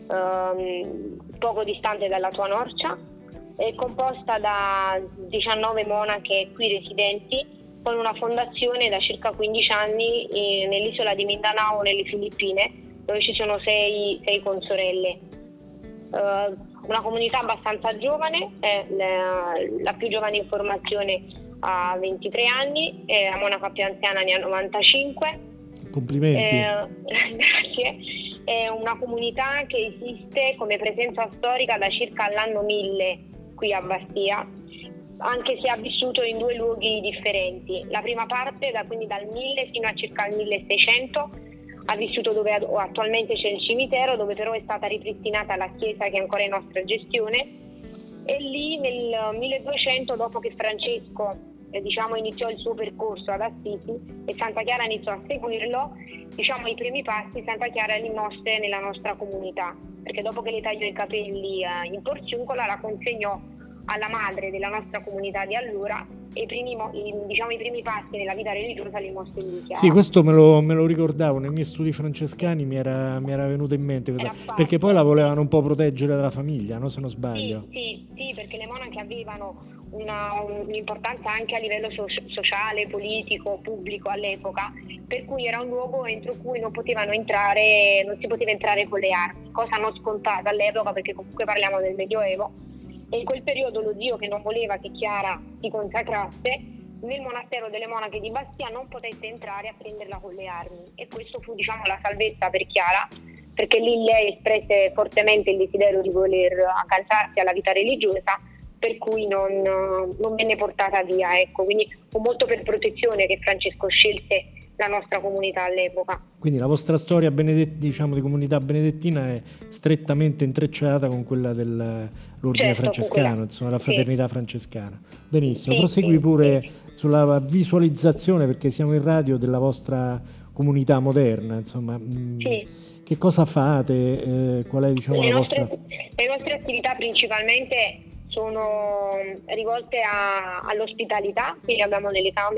poco distante dalla tua Norcia. È composta da 19 monache qui residenti, con una fondazione da circa 15 anni nell'isola di Mindanao, nelle Filippine, dove ci sono sei consorelle. Una comunità abbastanza giovane, la più giovane in formazione ha 23 anni, la monaca più anziana ne ha 95. Complimenti. Grazie. È una comunità che esiste come presenza storica da circa l'anno 1000 qui a Bastia, anche se ha vissuto in due luoghi differenti. La prima parte, quindi dal 1000 fino a circa il 1600, ha vissuto dove attualmente c'è il cimitero, dove però è stata ripristinata la chiesa che è ancora in nostra gestione, e lì nel 1200, dopo che Francesco iniziò il suo percorso ad Assisi e Santa Chiara iniziò a seguirlo, i primi passi Santa Chiara li mosse nella nostra comunità, perché dopo che le tagliò i capelli in Porziuncola la consegnò alla madre della nostra comunità di allora, e i primi passi nella vita religiosa li mosse lì. Sì, questo me lo ricordavo, nei miei studi francescani mi era venuto in mente perché poi la volevano un po' proteggere dalla famiglia, no? Se non sbaglio. Sì, perché le monache avevano un'importanza anche a livello sociale, politico, pubblico all'epoca, per cui era un luogo entro cui non si poteva entrare con le armi, cosa non scontata all'epoca, perché comunque parliamo del Medioevo. E in quel periodo lo zio, che non voleva che Chiara si consacrasse, nel monastero delle monache di Bastia non potesse entrare a prenderla con le armi, e questo fu la salvezza per Chiara, perché lì lei espresse fortemente il desiderio di voler agganciarsi alla vita religiosa, per cui non venne portata via. Ecco, quindi fu molto per protezione che Francesco scelse la nostra comunità all'epoca. Quindi la vostra storia di comunità benedettina è strettamente intrecciata con quella dell'ordine francescano, insomma, la fraternità francescana. Benissimo, prosegui pure sulla visualizzazione, perché siamo in radio, della vostra comunità moderna, insomma. Che cosa fate? Qual è la vostra... Le nostre attività principalmente sono rivolte all'ospitalità, quindi abbiamo delle camere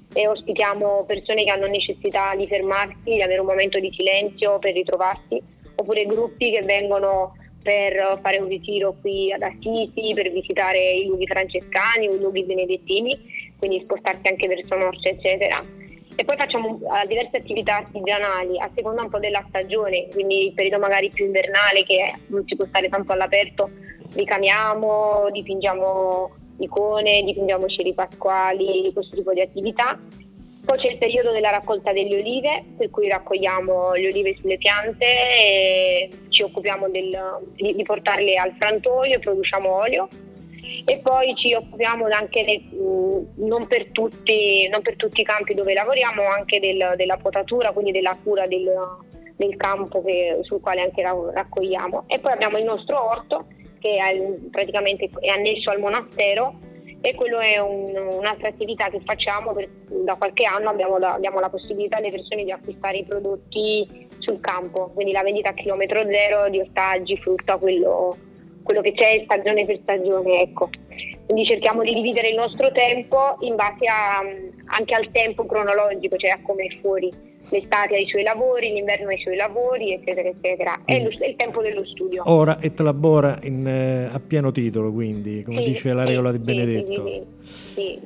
e ospitiamo persone che hanno necessità di fermarsi, di avere un momento di silenzio per ritrovarsi, oppure gruppi che vengono per fare un ritiro qui ad Assisi, per visitare i luoghi francescani o i luoghi benedettini, quindi spostarsi anche verso nord, eccetera. E poi facciamo diverse attività artigianali a seconda un po' della stagione, quindi il periodo magari più invernale che non si può stare tanto all'aperto, ricamiamo, dipingiamo icone, dipingiamo ceri pasquali, questo tipo di attività. Poi c'è il periodo della raccolta delle olive, per cui raccogliamo le olive sulle piante e ci occupiamo di portarle al frantoio e produciamo olio. E poi ci occupiamo anche non per tutti i campi dove lavoriamo, anche della potatura, quindi della cura del campo sul quale anche raccogliamo. E poi abbiamo il nostro orto che praticamente è annesso al monastero, e quello è un'altra attività che facciamo da qualche anno. Diamo la possibilità alle persone di acquistare i prodotti sul campo, quindi la vendita a chilometro zero di ortaggi, frutta, quello che c'è stagione per stagione, ecco. Quindi cerchiamo di dividere il nostro tempo in base anche al tempo cronologico, cioè a come è fuori. L'estate ha i suoi lavori, l'inverno ha i suoi lavori, eccetera, eccetera. È il tempo dello studio. Ora et labora a pieno titolo, quindi, come dice la regola di Benedetto. Sì.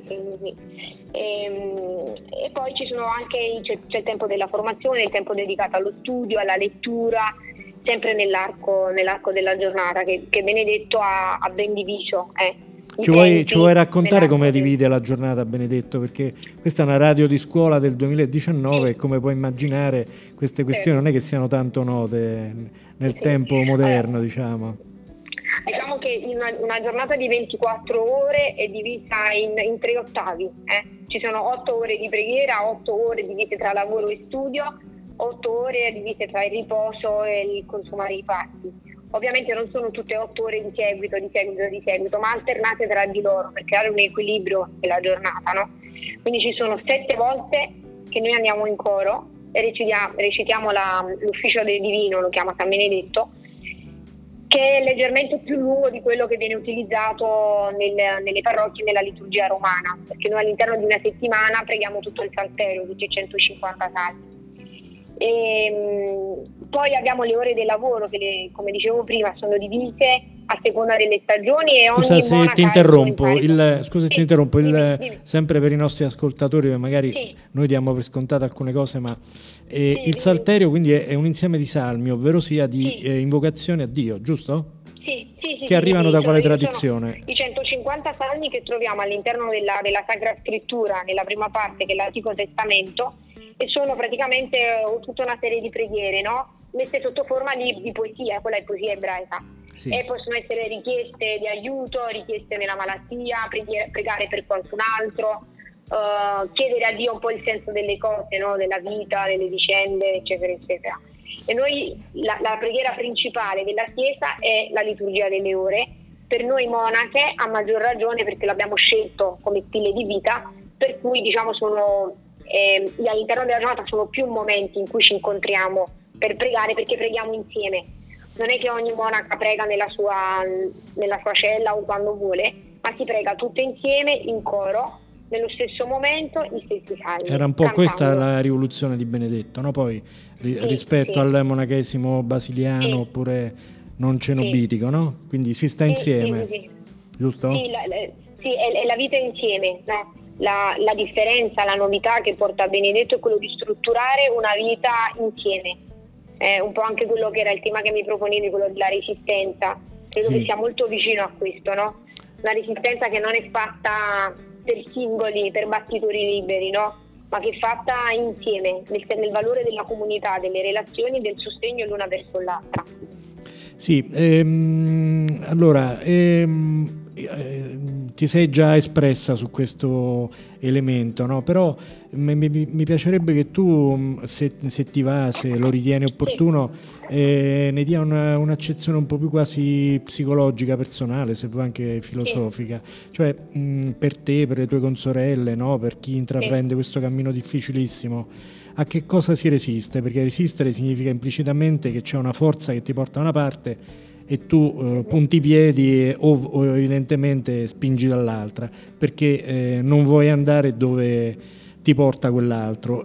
E poi ci sono anche c'è il tempo della formazione, il tempo dedicato allo studio, alla lettura, sempre nell'arco della giornata che Benedetto ha ben diviso. Ci vuoi raccontare come divide la giornata Benedetto? Perché questa è una radio di scuola del 2019 e come puoi immaginare queste questioni non è che siano tanto note nel tempo moderno, diciamo. Diciamo che una giornata di 24 ore è divisa in 3 ottavi. Ci sono 8 ore di preghiera, 8 ore divise tra lavoro e studio, 8 ore divise tra il riposo e il consumare i pasti. Ovviamente non sono tutte 8 ore di seguito, ma alternate tra di loro per creare un equilibrio della giornata, no? Quindi ci sono 7 volte che noi andiamo in coro e recitiamo l'ufficio del divino, lo chiama San Benedetto, che è leggermente più lungo di quello che viene utilizzato nelle parrocchie nella liturgia romana, perché noi all'interno di una settimana preghiamo tutto il salterio, tutti i 150 salmi. E poi abbiamo le ore del lavoro che come dicevo prima sono divise a seconda delle stagioni e Scusa se ti interrompo, dimmi. Sempre per i nostri ascoltatori, magari noi diamo per scontate alcune cose, ma il salterio quindi è un insieme di salmi, ovvero sia di invocazioni a Dio, giusto? Sì, che arrivano da quale tradizione? I 150 salmi che troviamo all'interno della Sacra Scrittura, nella prima parte che è l'Antico Testamento, e sono praticamente tutta una serie di preghiere, no? Messe sotto forma di poesia, quella è poesia ebraica. Sì. E possono essere richieste di aiuto, richieste nella malattia, pregare per qualcun altro, chiedere a Dio un po' il senso delle cose, no? Della vita, delle vicende, eccetera, eccetera. E noi la preghiera principale della Chiesa è la liturgia delle ore, per noi monache a maggior ragione perché l'abbiamo scelto come stile di vita, per cui diciamo all'interno della giornata sono più momenti in cui ci incontriamo per pregare, perché preghiamo insieme. Non è che ogni monaca prega nella sua cella o quando vuole, ma si prega tutte insieme in coro nello stesso momento gli stessi salmi. Era un po' cantando. Questa la rivoluzione di Benedetto, no? Poi rispetto al monachesimo basiliano oppure non cenobitico, no? Quindi si sta insieme, giusto? Sì, è la vita insieme, no? La differenza, la novità che porta Benedetto è quello di strutturare una vita insieme. È un po' anche quello che era il tema che mi proponevi, quello della resistenza. Credo che sia molto vicino a questo, no? Una resistenza che non è fatta per singoli, per battitori liberi, no? Ma che è fatta insieme, nel valore della comunità, delle relazioni, del sostegno l'una verso l'altra. Sì, allora ti sei già espressa su questo elemento, no? Però mi piacerebbe che tu, se ti va, se lo ritieni opportuno, ne dia un'accezione un po' più quasi psicologica, personale, se vuoi anche filosofica, cioè per te, per le tue consorelle, no? Per chi intraprende questo cammino difficilissimo, a che cosa si resiste? Perché resistere significa implicitamente che c'è una forza che ti porta da una parte e tu punti i piedi o evidentemente spingi dall'altra, perché non vuoi andare dove ti porta quell'altro.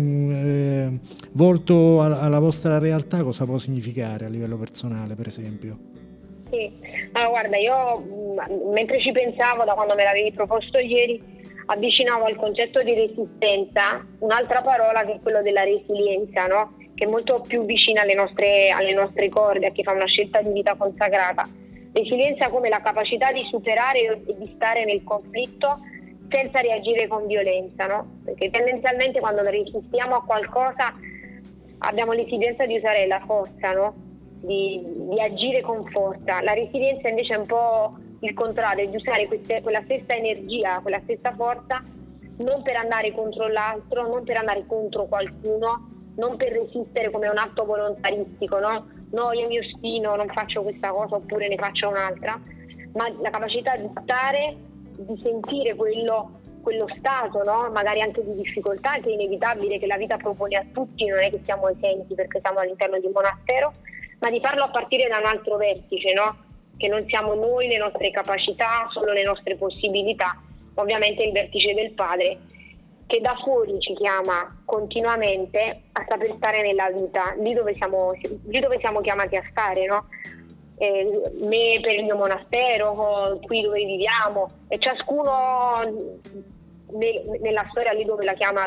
Volto alla vostra realtà, cosa può significare a livello personale, per esempio? Sì, allora guarda, io mentre ci pensavo, da quando me l'avevi proposto ieri, avvicinavo al concetto di resistenza un'altra parola, che è quello della resilienza, no? Che è molto più vicina alle nostre corde, a chi fa una scelta di vita consacrata. Resilienza come la capacità di superare e di stare nel conflitto senza reagire con violenza, no? Perché tendenzialmente quando resistiamo a qualcosa abbiamo l'esigenza di usare la forza, no? Di agire con forza. La resilienza invece è un po' il contrario, di usare quella stessa energia, quella stessa forza, non per andare contro l'altro, non per andare contro qualcuno, non per resistere come un atto volontaristico, no? No, io mi ostino, non faccio questa cosa oppure ne faccio un'altra, ma la capacità di stare, di sentire quello stato, no? Magari anche di difficoltà, che è inevitabile, che la vita propone a tutti, non è che siamo esenti perché siamo all'interno di un monastero, ma di farlo a partire da un altro vertice, no? Che non siamo noi, le nostre capacità, solo le nostre possibilità, ovviamente il vertice del Padre, che da fuori ci chiama continuamente a saper stare nella vita, lì dove siamo chiamati a stare, no? Me per il mio monastero, qui dove viviamo, e ciascuno nella storia lì dove la chiama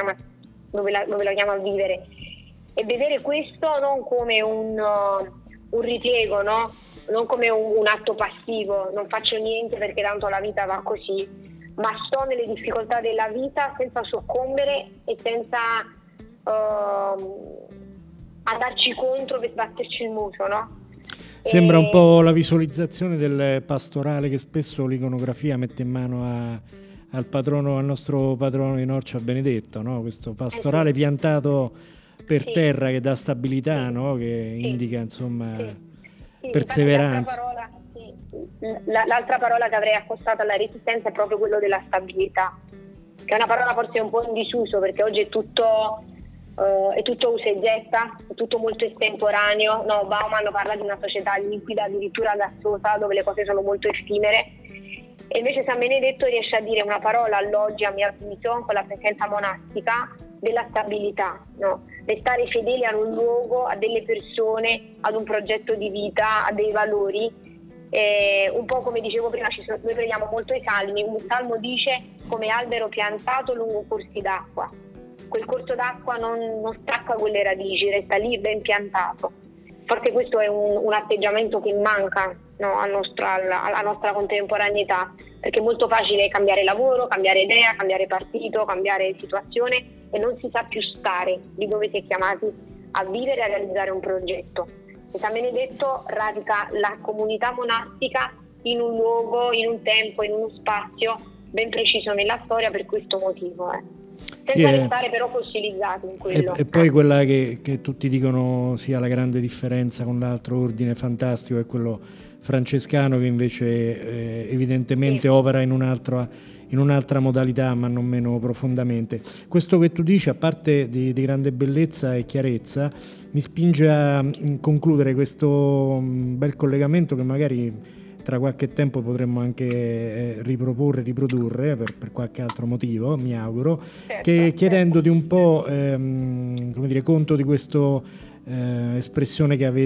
a vivere, e vedere questo non come un ripiego, no? Non come un atto passivo, non faccio niente perché tanto la vita va così, ma sto nelle difficoltà della vita senza soccombere e senza andarci contro per batterci il muso, no? Sembra un po' la visualizzazione del pastorale che spesso l'iconografia mette in mano al nostro patrono di Norcia, Benedetto, no? Questo pastorale piantato per terra che dà stabilità, no? Che indica insomma perseveranza. L'altra parola che avrei accostato alla resistenza è proprio quello della stabilità, che è una parola forse un po' in disuso, perché oggi è tutto usa e getta, è tutto molto estemporaneo, no? Bauman parla di una società liquida, addirittura gassosa, dove le cose sono molto effimere, e invece San Benedetto riesce a dire una parola all'oggi, a mio avviso, con la presenza monastica, della stabilità, no? Restare fedeli ad un luogo, a delle persone, ad un progetto di vita, a dei valori. Un po' come dicevo prima, noi prendiamo molto i salmi. Un salmo dice: come albero piantato lungo corsi d'acqua. Quel corso d'acqua non stacca quelle radici, resta lì ben piantato. Forse questo è un atteggiamento che manca, no, alla nostra contemporaneità, perché è molto facile cambiare lavoro, cambiare idea, cambiare partito, cambiare situazione, e non si sa più stare lì dove si è chiamati a vivere e a realizzare un progetto. E San Benedetto radica la comunità monastica in un luogo, in un tempo, in uno spazio ben preciso nella storia, per questo motivo. Senza restare però fossilizzati in quello. E poi quella che tutti dicono sia la grande differenza con l'altro ordine fantastico è quello francescano, che invece evidentemente opera in un'altra modalità, ma non meno profondamente. Questo che tu dici, a parte di grande bellezza e chiarezza, mi spinge a concludere questo bel collegamento che magari tra qualche tempo potremmo anche riprodurre per qualche altro motivo, mi auguro, che chiedendoti un po' conto di questo espressione che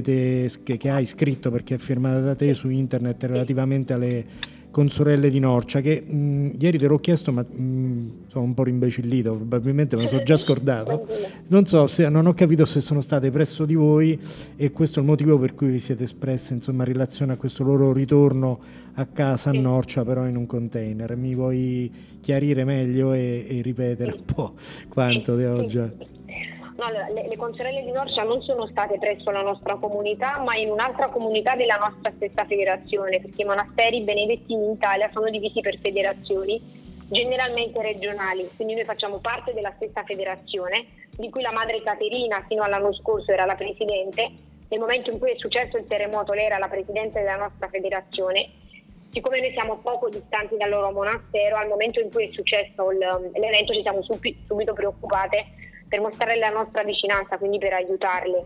hai scritto, perché è firmata da te su internet, relativamente alle consorelle di Norcia, che ieri te l'ho chiesto, ma sono un po' rimbecillito, probabilmente me lo sono già scordato, non ho capito se sono state presso di voi, e questo è il motivo per cui vi siete espresse, insomma, in relazione a questo loro ritorno a casa a Norcia, però in un container. Mi vuoi chiarire meglio e ripetere un po' quanto te ho già... No, allora, le consorelle di Norcia non sono state presso la nostra comunità, ma in un'altra comunità della nostra stessa federazione, perché i monasteri benedettini in Italia sono divisi per federazioni, generalmente regionali, quindi noi facciamo parte della stessa federazione, di cui la madre Caterina fino all'anno scorso era la presidente. Nel momento in cui è successo il terremoto, lei era la presidente della nostra federazione. Siccome noi siamo poco distanti dal loro monastero, al momento in cui è successo l'evento ci siamo subito preoccupate per mostrare la nostra vicinanza, quindi per aiutarle.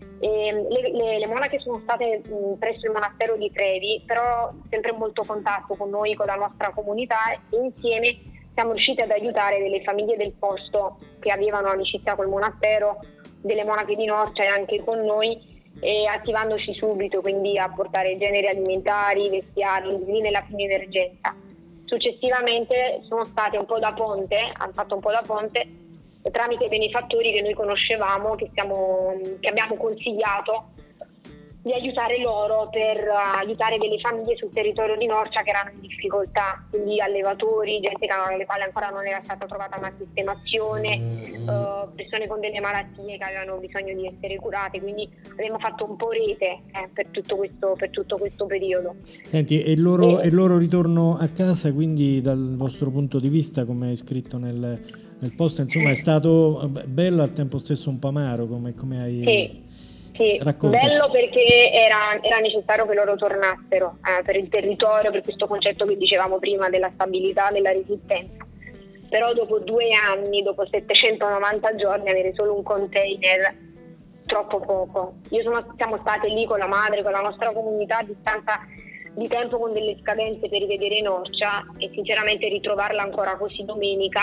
Le monache sono state presso il monastero di Trevi, però sempre in molto contatto con noi, con la nostra comunità, e insieme siamo riusciti ad aiutare delle famiglie del posto che avevano amicizia col monastero, delle monache di Norcia e anche con noi, e attivandoci subito, quindi a portare generi alimentari, vestiari, lì nella prima emergenza. Successivamente sono state un po' da ponte, hanno fatto un po' da ponte tramite benefattori che noi conoscevamo, che abbiamo consigliato di aiutare loro per aiutare delle famiglie sul territorio di Norcia che erano in difficoltà, quindi allevatori, gente alle quali ancora non era stata trovata una sistemazione, persone con delle malattie che avevano bisogno di essere curate, quindi abbiamo fatto un po' rete per tutto questo periodo. Senti, e il loro ritorno a casa, quindi dal vostro punto di vista, come hai scritto nel post, insomma, è stato bello, al tempo stesso un po' amaro, come hai... Sì, bello perché era necessario che loro tornassero per il territorio, per questo concetto che dicevamo prima della stabilità, della resistenza. Però dopo 2 anni, dopo 790 giorni, avere solo un container, troppo poco. Siamo state lì con la madre, con la nostra comunità a distanza di tempo, con delle scadenze per rivedere Norcia, e sinceramente ritrovarla ancora così domenica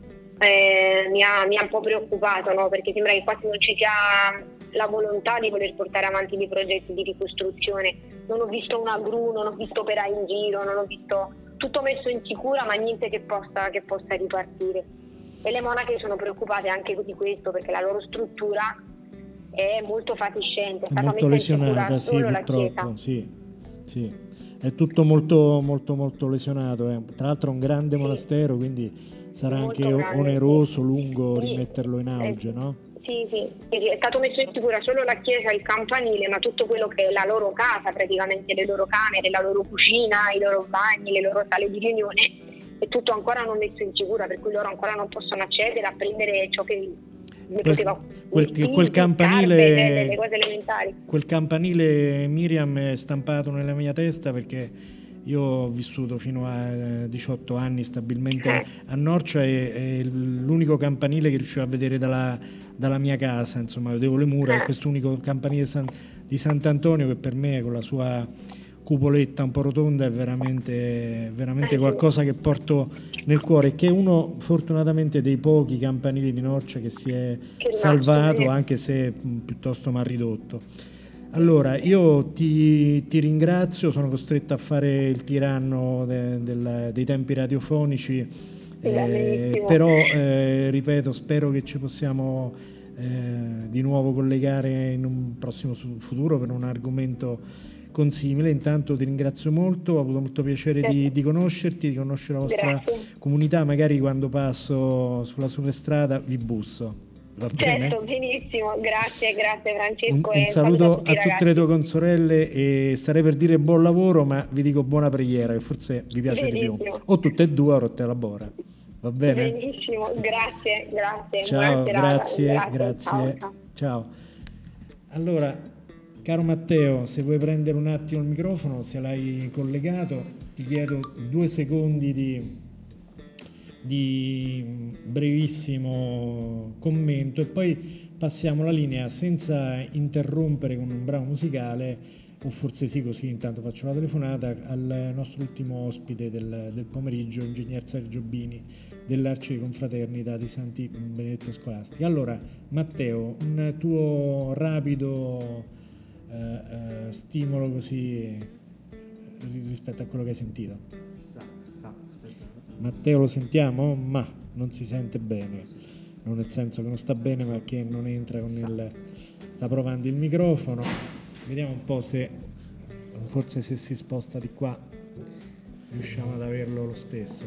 mi ha un po' preoccupato, no? Perché sembra che quasi non ci sia la volontà di voler portare avanti dei progetti di ricostruzione. Non ho visto una gru, non ho visto operai in giro, non ho visto tutto messo in sicura, ma niente che possa ripartire. E le monache sono preoccupate anche di questo, perché la loro struttura è molto fatiscente, è stata molto messa in lesionata, sicura solo la purtroppo, chiesa. Sì. È tutto molto molto molto lesionato, tra l'altro è un grande monastero, quindi sarà Molto anche grande, oneroso, sì. lungo Sì. rimetterlo in auge, no? Sì, è stato messo in sicura solo la chiesa, il campanile, ma tutto quello che è la loro casa, praticamente le loro camere, la loro cucina, i loro bagni, le loro sale di riunione, è tutto ancora non messo in sicura, per cui loro ancora non possono accedere a prendere ciò che quel campanile, scarpe, le cose elementari. Quel campanile, Miriam, è stampato nella mia testa, perché io ho vissuto fino a 18 anni stabilmente a Norcia, e è l'unico campanile che riuscivo a vedere dalla mia casa, insomma, vedevo le mura, e questo unico campanile di Sant'Antonio, che per me, con la sua cupoletta un po' rotonda, è veramente qualcosa che porto nel cuore, che è uno fortunatamente dei pochi campanili di Norcia che si è salvato, anche se piuttosto mal ridotto. Allora, io ti ringrazio, sono costretto a fare il tiranno dei tempi radiofonici, però ripeto, spero che ci possiamo di nuovo collegare in un prossimo futuro per un argomento consimile. Intanto ti ringrazio molto, ho avuto molto piacere di conoscerti, di conoscere la vostra comunità. Magari quando passo sulla superstrada vi busso. Va bene? Certo, benissimo, grazie Francesco. Un saluto a tutte le tue consorelle, e starei per dire buon lavoro, ma vi dico buona preghiera, che forse vi piace di più. O tutte e due, o rotte la bora. Va bene? Benissimo, grazie. Ciao, grazie. Ciao. Allora, caro Matteo, se vuoi prendere un attimo il microfono, se l'hai collegato, ti chiedo 2 secondi di brevissimo commento, e poi passiamo la linea senza interrompere con un brano musicale, o forse sì, così intanto faccio la telefonata al nostro ultimo ospite del pomeriggio, ingegner Sergio Bini dell'Arciconfraternita di Santi Benedetti Scolastica. Allora, Matteo, un tuo rapido stimolo così rispetto a quello che hai sentito. Matteo, lo sentiamo? Ma non si sente bene, non nel senso che non sta bene, ma che non entra sta provando il microfono. Vediamo un po' se forse se si sposta di qua riusciamo ad averlo lo stesso.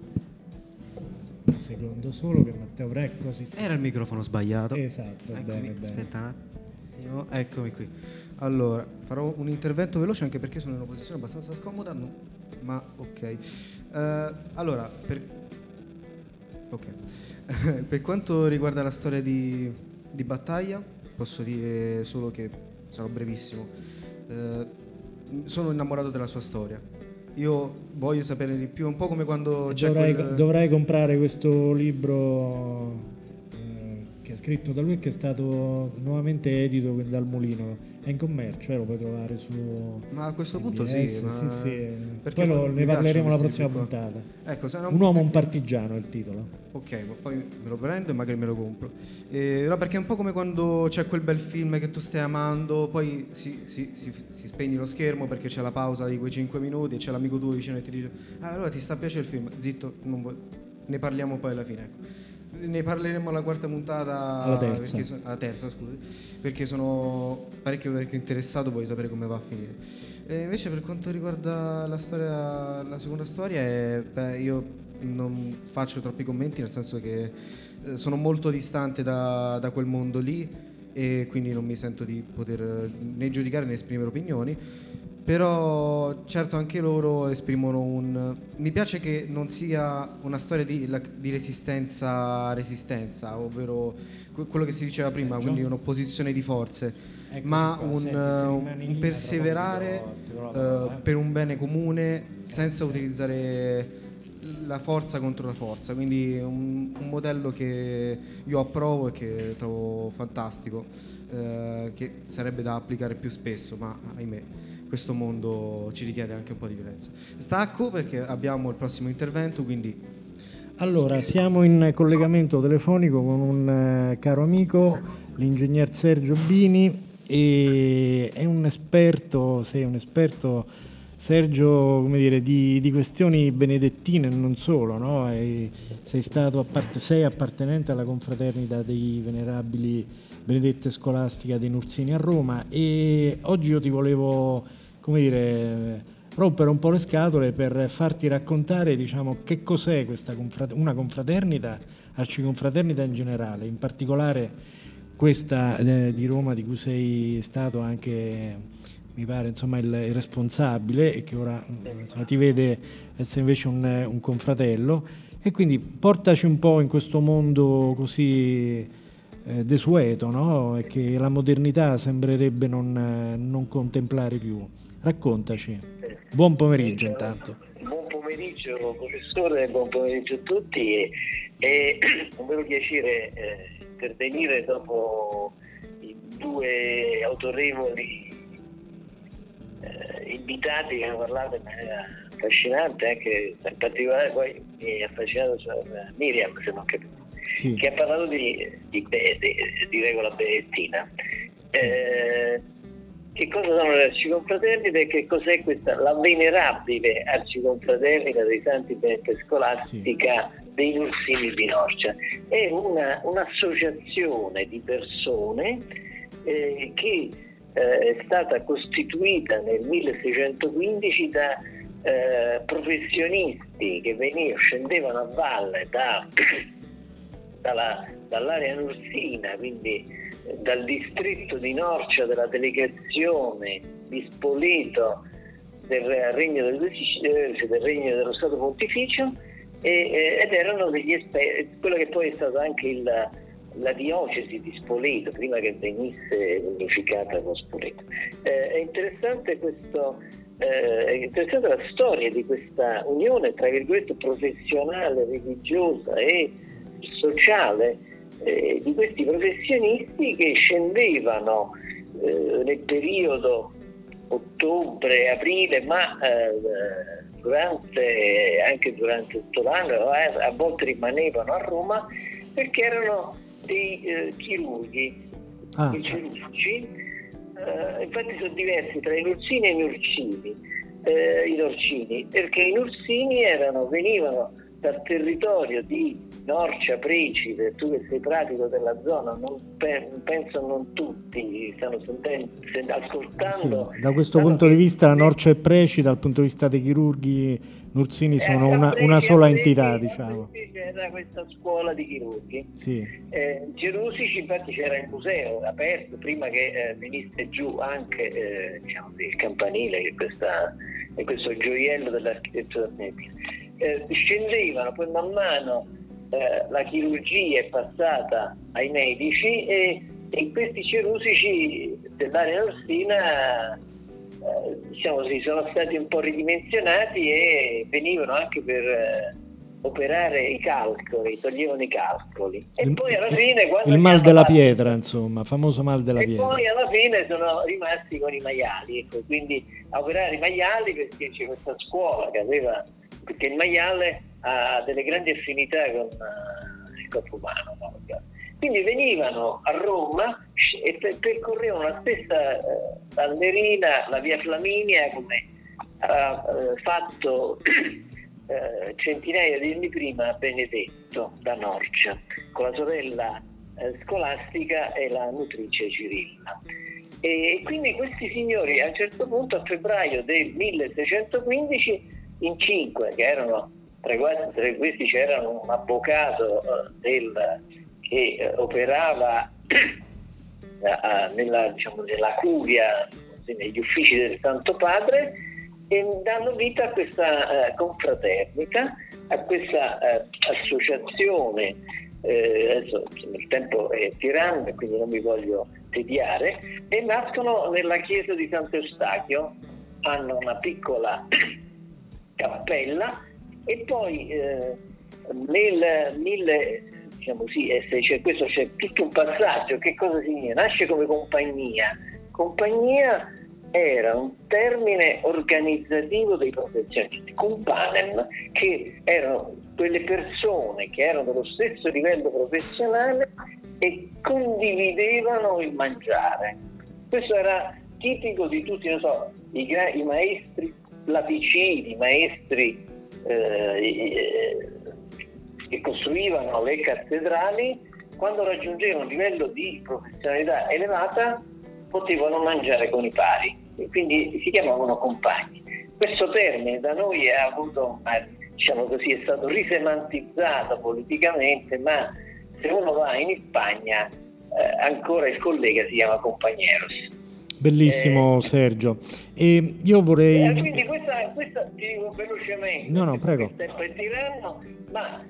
Un secondo solo, che Matteo Brecco Era il microfono sbagliato. Esatto, bene. Aspetta un attimo, eccomi qui. Allora, farò un intervento veloce, anche perché sono in una posizione abbastanza scomoda, ma ok. Allora, per quanto riguarda la storia di Battaglia, posso dire solo che sarò brevissimo. Sono innamorato della sua storia. Io voglio sapere di più, un po' come quando dovrai comprare questo libro che è scritto da lui, che è stato nuovamente edito dal Mulino. È in commercio, lo puoi trovare su... Ma a questo punto NBS, sì, sì. perché Poi ne mi parleremo la piacciono prossima questi puntata. Ecco, se no... Un uomo, un partigiano è il titolo. Ok, ma poi me lo prendo e magari me lo compro. No, perché è un po' come quando c'è quel bel film che tu stai amando, poi si spegne lo schermo perché c'è la pausa di quei 5 minuti e c'è l'amico tuo vicino e ti dice allora ti sta piacendo il film? Zitto, ne parliamo poi alla fine, ecco. Ne parleremo alla quarta puntata, alla terza, alla terza, scusi, perché sono parecchio interessato, voglio sapere come va a finire. E invece per quanto riguarda la seconda storia, io non faccio troppi commenti, nel senso che sono molto distante da quel mondo lì e quindi non mi sento di poter né giudicare né esprimere opinioni. Però certo anche loro esprimono mi piace che non sia una storia di resistenza, ovvero quello che si diceva prima, quindi un'opposizione di forze, ma un perseverare per un bene comune senza utilizzare la forza contro la forza, quindi un modello che io approvo e che trovo fantastico, che sarebbe da applicare più spesso, ma ahimè questo mondo ci richiede anche un po' di violenza. Stacco perché abbiamo il prossimo intervento, quindi... Allora, siamo in collegamento telefonico con un caro amico, l'ingegner Sergio Bini, e è un esperto, Sergio, come dire, di questioni benedettine e non solo, no? Sei appartenente alla confraternita dei Venerabili Benedette Scolastica dei Nursini a Roma, e oggi io ti volevo, come dire, rompere un po' le scatole per farti raccontare, diciamo, che cos'è questa una confraternita, arciconfraternita in generale, in particolare questa di Roma, di cui sei stato anche, mi pare, insomma, il responsabile, e che ora, insomma, ti vede essere invece un confratello. E quindi portaci un po' in questo mondo così desueto, no? E che la modernità sembrerebbe non contemplare più. Raccontaci. Buon pomeriggio intanto. Buon pomeriggio professore, buon pomeriggio a tutti. È un vero piacere intervenire dopo i due autorevoli invitati che hanno parlato in maniera affascinante, anche in particolare poi mi è affascinato Miriam, se non capisco. Sì. Che ha parlato di regola benedettina. Che cosa sono le arciconfraternite e che cos'è questa, la venerabile arciconfraternita dei Santi Benedette Scolastica dei Nursini di Norcia? È un'associazione di persone che è stata costituita nel 1615 da professionisti che scendevano a valle dall'area nursina, quindi dal distretto di Norcia, della delegazione di Spoleto del Regno dello Stato Pontificio, ed erano degli esperti, quello che poi è stato anche la diocesi di Spoleto prima che venisse unificata con Spoleto. È interessante la storia di questa unione, tra virgolette, professionale, religiosa e sociale di questi professionisti che scendevano nel periodo ottobre-aprile, ma anche durante tutto l'anno, a volte rimanevano a Roma perché erano dei chirurghi. I chirurgi, infatti sono diversi tra i nursini e i norcini, perché i nursini venivano dal territorio di Norcia, Precide. Tu che sei pratico della zona, penso non tutti stanno ascoltando. Sì, da questo punto di vista Norcia e Precide, dal punto di vista dei chirurghi nursini, sono una sola entità, diciamo. C'era questa scuola di chirurghi. Sì. Gerusici, infatti c'era il museo aperto prima che venisse giù anche il campanile, che è questo gioiello dell'architettura medica. Scendevano, poi man mano la chirurgia è passata ai medici e questi chirurgici dell'area norsina sono stati un po' ridimensionati e venivano anche per operare i calcoli, toglievano i calcoli, e poi alla fine quando il mal della pietra, insomma, famoso mal della pietra. E poi alla fine sono rimasti con i maiali, ecco, quindi a operare i maiali, perché c'è questa scuola che aveva, perché il maiale ha delle grandi affinità con il corpo umano, no? Quindi venivano a Roma e percorrevano la stessa ballerina, la via Flaminia, come ha fatto centinaia di anni prima Benedetto da Norcia, con la sorella Scolastica e la nutrice Cirilla. E quindi questi signori a un certo punto, a febbraio del 1615, in 5, che erano tra questi c'erano un avvocato che operava nella curia, negli uffici del Santo Padre, e danno vita a questa confraternita, a questa associazione. Adesso il tempo è tiranno e quindi non mi voglio tediare, e nascono nella chiesa di Sant'Eustachio, hanno una piccola cappella, e poi questo c'è tutto un passaggio. Che cosa significa? Nasce come compagnia. Compagnia era un termine organizzativo dei professionisti, companem, che erano quelle persone che erano dello stesso livello professionale e condividevano il mangiare. Questo era tipico di tutti, non so, i maestri lapicini, i maestri che costruivano le cattedrali, quando raggiungevano un livello di professionalità elevata potevano mangiare con i pari, e quindi si chiamavano compagni. Questo termine da noi ha avuto, diciamo così, è stato risemantizzato politicamente, ma se uno va in Spagna ancora il collega si chiama compañeros. Bellissimo Sergio. E io vorrei... quindi questa ti dico velocemente, no, prego. Il tempo è tiranno, ma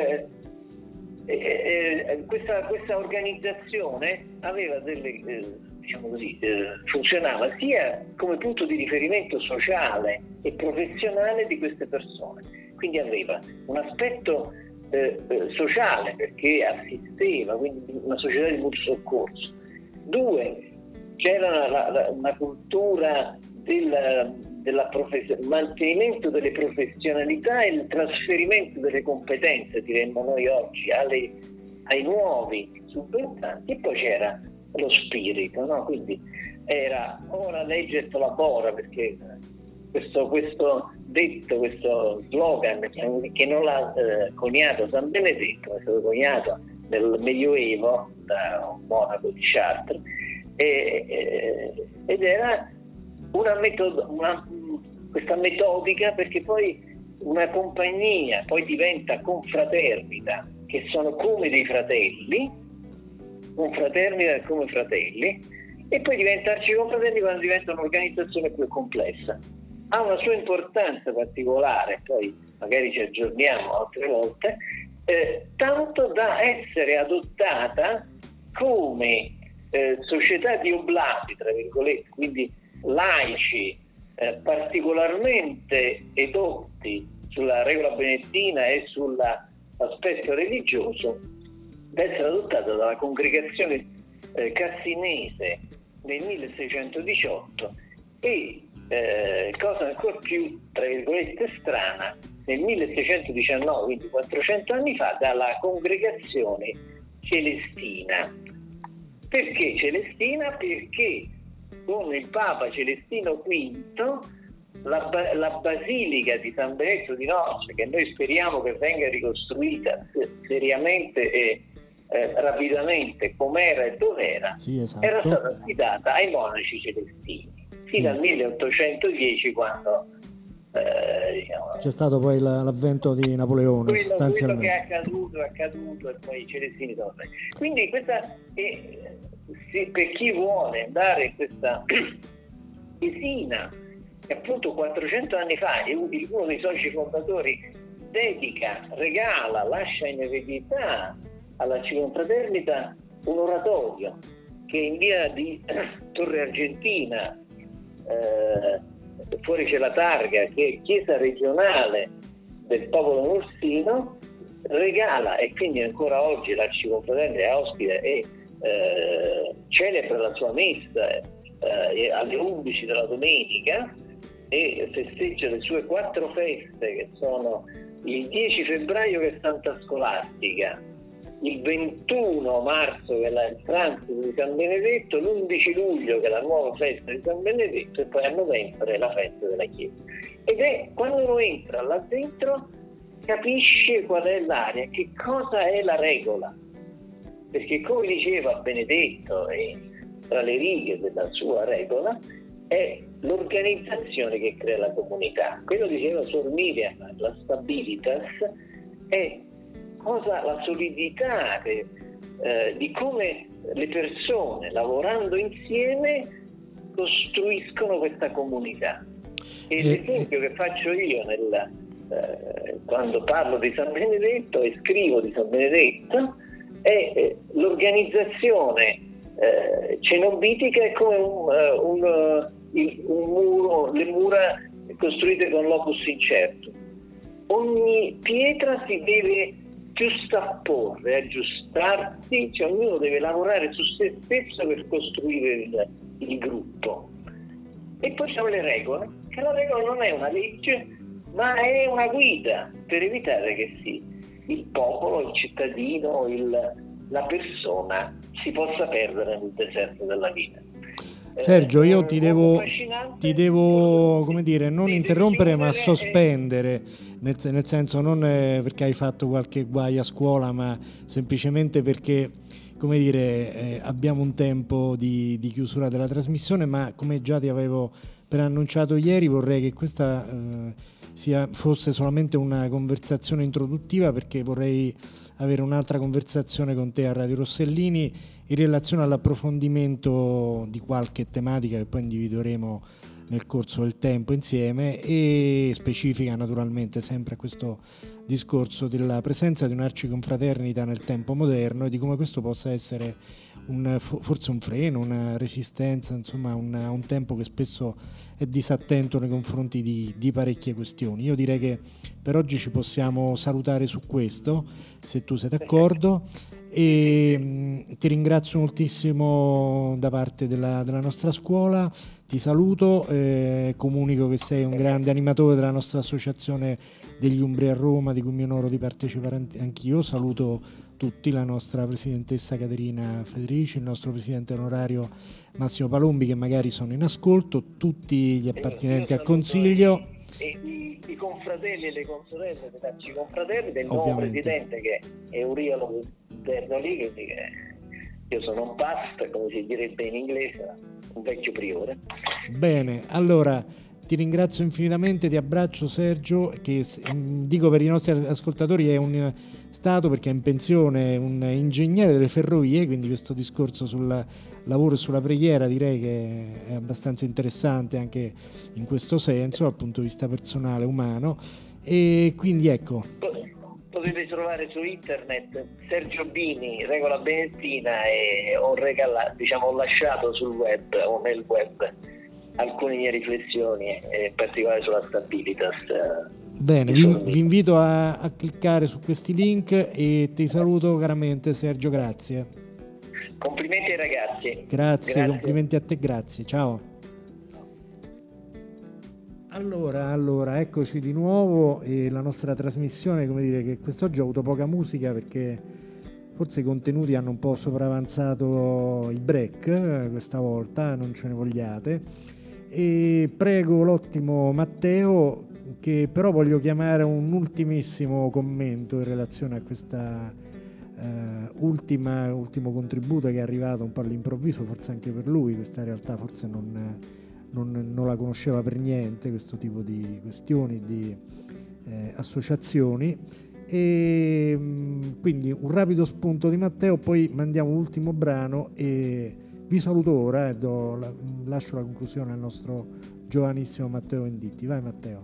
questa organizzazione aveva delle funzionava sia come punto di riferimento sociale e professionale di queste persone, quindi aveva un aspetto sociale, perché assisteva, quindi una società di mutuo soccorso. 2, c'era una cultura del mantenimento delle professionalità e il trasferimento delle competenze, diremmo noi oggi, ai nuovi subentranti, e poi c'era lo spirito, no? Quindi era ora legget labora, perché questo detto, questo slogan che non l'ha coniato San Benedetto, è stato coniato nel Medioevo da un monaco di Chartres, ed era questa metodica, perché poi una compagnia poi diventa confraternita, che sono come dei fratelli, confraternita come fratelli, e poi diventa arciconfraterni quando diventa un'organizzazione più complessa. Ha una sua importanza particolare, poi magari ci aggiorniamo altre volte, tanto da essere adottata come società di oblati, tra virgolette, quindi laici, particolarmente edotti sulla regola benedettina e sull'aspetto religioso, da essere adottata dalla congregazione cassinese nel 1618 e, cosa ancora più, tra virgolette, strana, nel 1619, quindi 400 anni fa, dalla congregazione celestina. Perché Celestina? Perché con il Papa Celestino V la Basilica di San Benedetto di Norcia, che noi speriamo che venga ricostruita seriamente e rapidamente com'era e dov'era, sì, esatto, era stata affidata ai monaci celestini fino al 1810, quando c'è stato poi l'avvento di Napoleone, quello che è accaduto, e poi i celestini sono stati. Quindi questa per chi vuole andare in questa chiesina, che appunto 400 anni fa uno dei soci fondatori regala, lascia in eredità all'arciconfraternita un oratorio che in via di Torre Argentina, fuori c'è la targa, che è chiesa regionale del popolo nursino, regala, e quindi ancora oggi l'Arciconfraternita è ospite e celebra la sua messa alle 11 della domenica e festeggia le sue 4 feste, che sono il 10 febbraio che è Santa Scolastica, il 21 marzo che è il transito di San Benedetto, l'11 luglio che è la nuova festa di San Benedetto e poi a novembre la festa della Chiesa. Ed è quando uno entra là dentro capisce qual è l'area, che cosa è la regola, perché come diceva Benedetto tra le righe della sua regola è l'organizzazione che crea la comunità. Quello diceva Suor Miriam, la stabilitas è la solidità di come le persone lavorando insieme costruiscono questa comunità. E l'esempio che faccio io quando parlo di San Benedetto e scrivo di San Benedetto è l'organizzazione cenobitica è come un muro, le mura costruite con l'opus incerto. Ogni pietra si deve giustapporre, aggiustarsi, cioè ognuno deve lavorare su se stesso per costruire il gruppo. E poi ci sono le regole, che la regola non è una legge, ma è una guida per evitare che il popolo, il cittadino, la persona si possa perdere nel deserto della vita. Sergio, io ti devo come dire, non interrompere ma sospendere, nel senso non perché hai fatto qualche guaio a scuola, ma semplicemente perché, come dire, abbiamo un tempo di chiusura della trasmissione, ma come già ti avevo preannunciato ieri vorrei che questa fosse solamente una conversazione introduttiva, perché vorrei avere un'altra conversazione con te a Radio Rossellini in relazione all'approfondimento di qualche tematica che poi individueremo nel corso del tempo insieme, e specifica naturalmente sempre a questo discorso della presenza di un'arciconfraternita nel tempo moderno e di come questo possa essere forse un freno, una resistenza, insomma un tempo che spesso è disattento nei confronti di parecchie questioni. Io direi che per oggi ci possiamo salutare su questo, se tu sei d'accordo, e ti ringrazio moltissimo da parte della nostra scuola, ti saluto, comunico che sei un grande animatore della nostra associazione degli Umbri a Roma, di cui mi onoro di partecipare anch'io. Saluto tutti, la nostra presidentessa Caterina Federici, il nostro presidente onorario Massimo Palombi, che magari sono in ascolto, tutti gli appartenenti al consiglio e i confratelli e le consorelle dell'Arci Confraterni, del nuovo presidente che è Eurialo Bernoli, che io sono un past, come si direbbe in inglese, un vecchio priore. Bene, allora ti ringrazio infinitamente, ti abbraccio Sergio, che dico per i nostri ascoltatori è un stato, perché è in pensione, un ingegnere delle ferrovie, quindi questo discorso sul lavoro e sulla preghiera direi che è abbastanza interessante anche in questo senso dal punto di vista personale, umano, e quindi ecco, potete trovare su internet Sergio Bini, Regola Benetina, e ho lasciato sul web o nel web alcune mie riflessioni, in particolare sulla Stabilitas. Bene, vi invito a cliccare su questi link e ti saluto caramente Sergio, grazie. Complimenti ai ragazzi. Grazie, complimenti a te, grazie, ciao. Allora, eccoci di nuovo, e la nostra trasmissione, come dire, che quest'oggi ho avuto poca musica perché forse i contenuti hanno un po' sopravanzato il break questa volta, non ce ne vogliate, e prego l'ottimo Matteo, che però voglio chiamare un ultimissimo commento in relazione a questa ultimo contributo che è arrivato un po' all'improvviso, forse anche per lui, questa realtà forse non la conosceva per niente, questo tipo di questioni, di associazioni, e quindi un rapido spunto di Matteo, poi mandiamo l'ultimo brano e vi saluto ora e lascio la conclusione al nostro giovanissimo Matteo Venditti. Vai Matteo.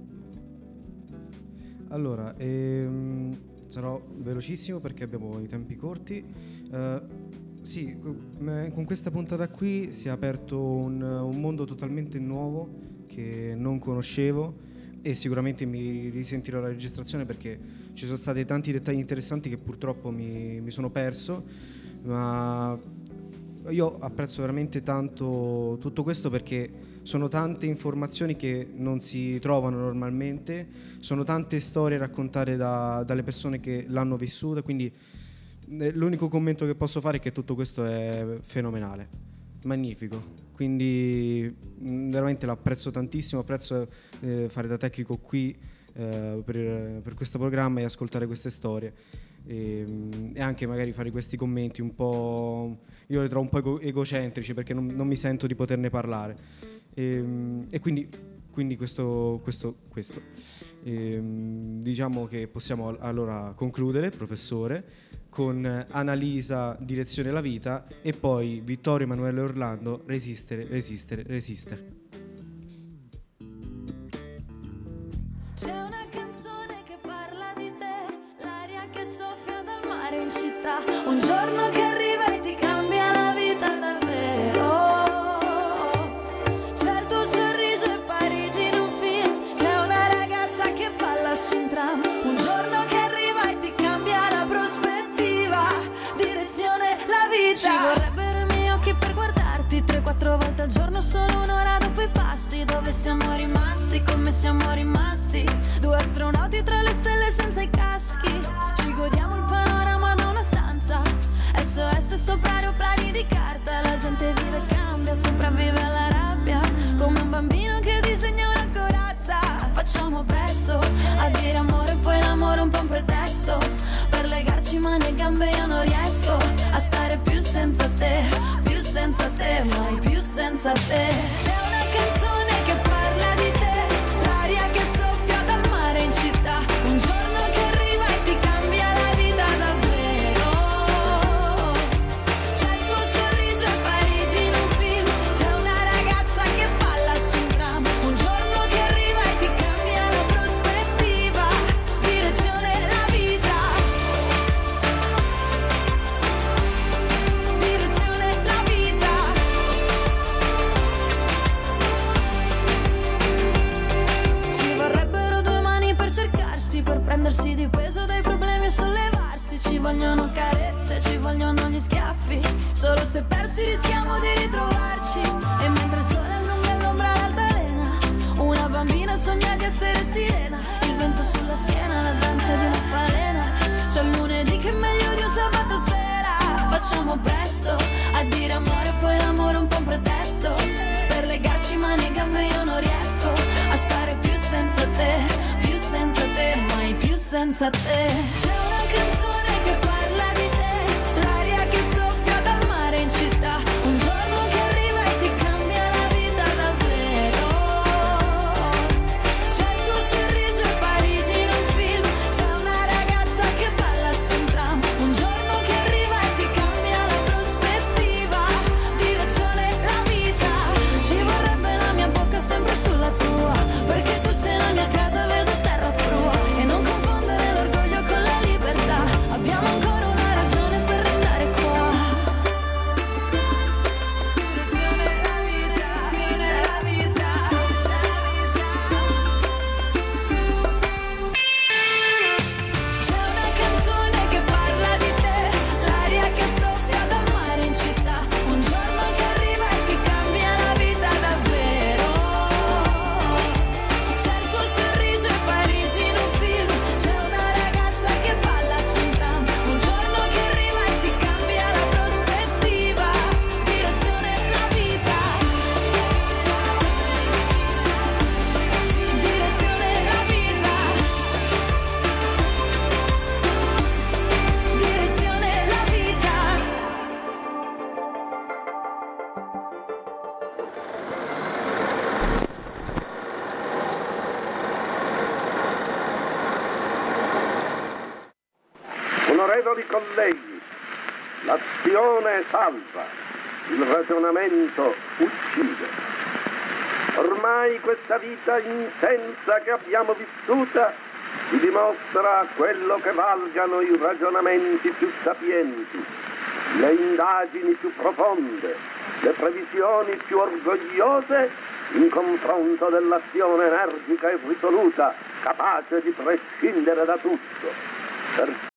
Allora, sarò velocissimo perché abbiamo i tempi corti. Sì, con questa puntata qui si è aperto un mondo totalmente nuovo che non conoscevo, e sicuramente mi risentirò la registrazione, perché ci sono stati tanti dettagli interessanti che purtroppo mi sono perso, ma io apprezzo veramente tanto tutto questo, perché sono tante informazioni che non si trovano normalmente, sono tante storie raccontate dalle persone che l'hanno vissuta, quindi l'unico commento che posso fare è che tutto questo è fenomenale, magnifico. Quindi veramente l'apprezzo tantissimo, apprezzo fare da tecnico qui per questo programma e ascoltare queste storie e anche magari fare questi commenti un po', io li trovo un po' egocentrici, perché non mi sento di poterne parlare e quindi questo. Diciamo che possiamo allora concludere, professore, con Annalisa, Direzione la vita, e poi Vittorio Emanuele Orlando, Resistere, resistere, resistere. C'è una canzone che parla di te, l'aria che soffia dal mare in città, un giorno che arriva e ti cambia la vita davvero. C'è il tuo sorriso e Parigi in un film, c'è una ragazza che balla su un tram, un giorno che arriva e ti cambia la prospettiva, direzione la vita. Ci vorrebbero i miei occhi per guardarti 3-4 volte al giorno, solo un'ora dopo i pasti. Dove siamo rimasti, come siamo rimasti, due astronauti tra le stelle senza i caschi. Ci godiamo il panorama da una stanza, SOS sopra aeroplani di carta. La gente vive e cambia, sopravvive alla rabbia, come un bambino che disegna una corazza. Facciamo presto a dire amore, poi l'amore è un po' un pretesto per legarci mani e gambe. Io non riesco a stare più senza te, mai più senza te. C'è una canzone che parla di te, l'aria che soffia dal mare in città, un giorno che arriva e ti cambia la vita davvero. C'è il tuo sorriso e Parigi in un film, c'è una ragazza che balla su un tram, un giorno che arriva e ti cambia la prospettiva, direzione la vita, direzione la vita. Ci vorrebbero due mani per cercarsi, per prendersi di peso dai problemi e sollevarsi. Ci vogliono carezze, ci vogliono gli schiaffi, solo se persi rischiamo di ritrovarci. E mentre il sole allunga l'ombra all'altalena, una bambina sogna di essere sirena, il vento sulla schiena, la danza di una falena. C'è il lunedì che è meglio di un sabato sera. Facciamo presto a dire amore, poi l'amore è un po' un pretesto per legarci mani e gambe. Io non riesco a stare più senza te, mai più senza te. C'è una canzone che parla di te, l'aria che soffia dal mare in città, un giorno che arriva e ti cambia la vita davvero. C'è il tuo sorriso e Parigi in un film, c'è una ragazza che balla su un tram, un giorno che arriva e ti cambia la prospettiva, direzione la vita. Ci vorrebbe la mia bocca sempre sulla tua, perché tu sei la mia casa, vedo terra prua. E non confondere l'orgoglio con la libertà, abbiamo ancora una ragione per restare qua. Direzione la vita, direzione la vita. C'è una canzone che parla di te, l'aria che soffia dal mare in città, un giorno che arriva e ti cambia la vita davvero. C'è il tuo sorriso e Parigi in un film, c'è una ragazza che balla su un tram, un giorno che arriva e ti cambia la prospettiva, direzione la vita, direzione la vita, direzione la vita. Onorevoli colleghi, l'azione salva, il ragionamento uccide. Ormai questa vita intensa che abbiamo vissuta ci dimostra quello che valgano i ragionamenti più sapienti, le indagini più profonde, le previsioni più orgogliose in confronto dell'azione energica e risoluta, capace di prescindere da tutto. Per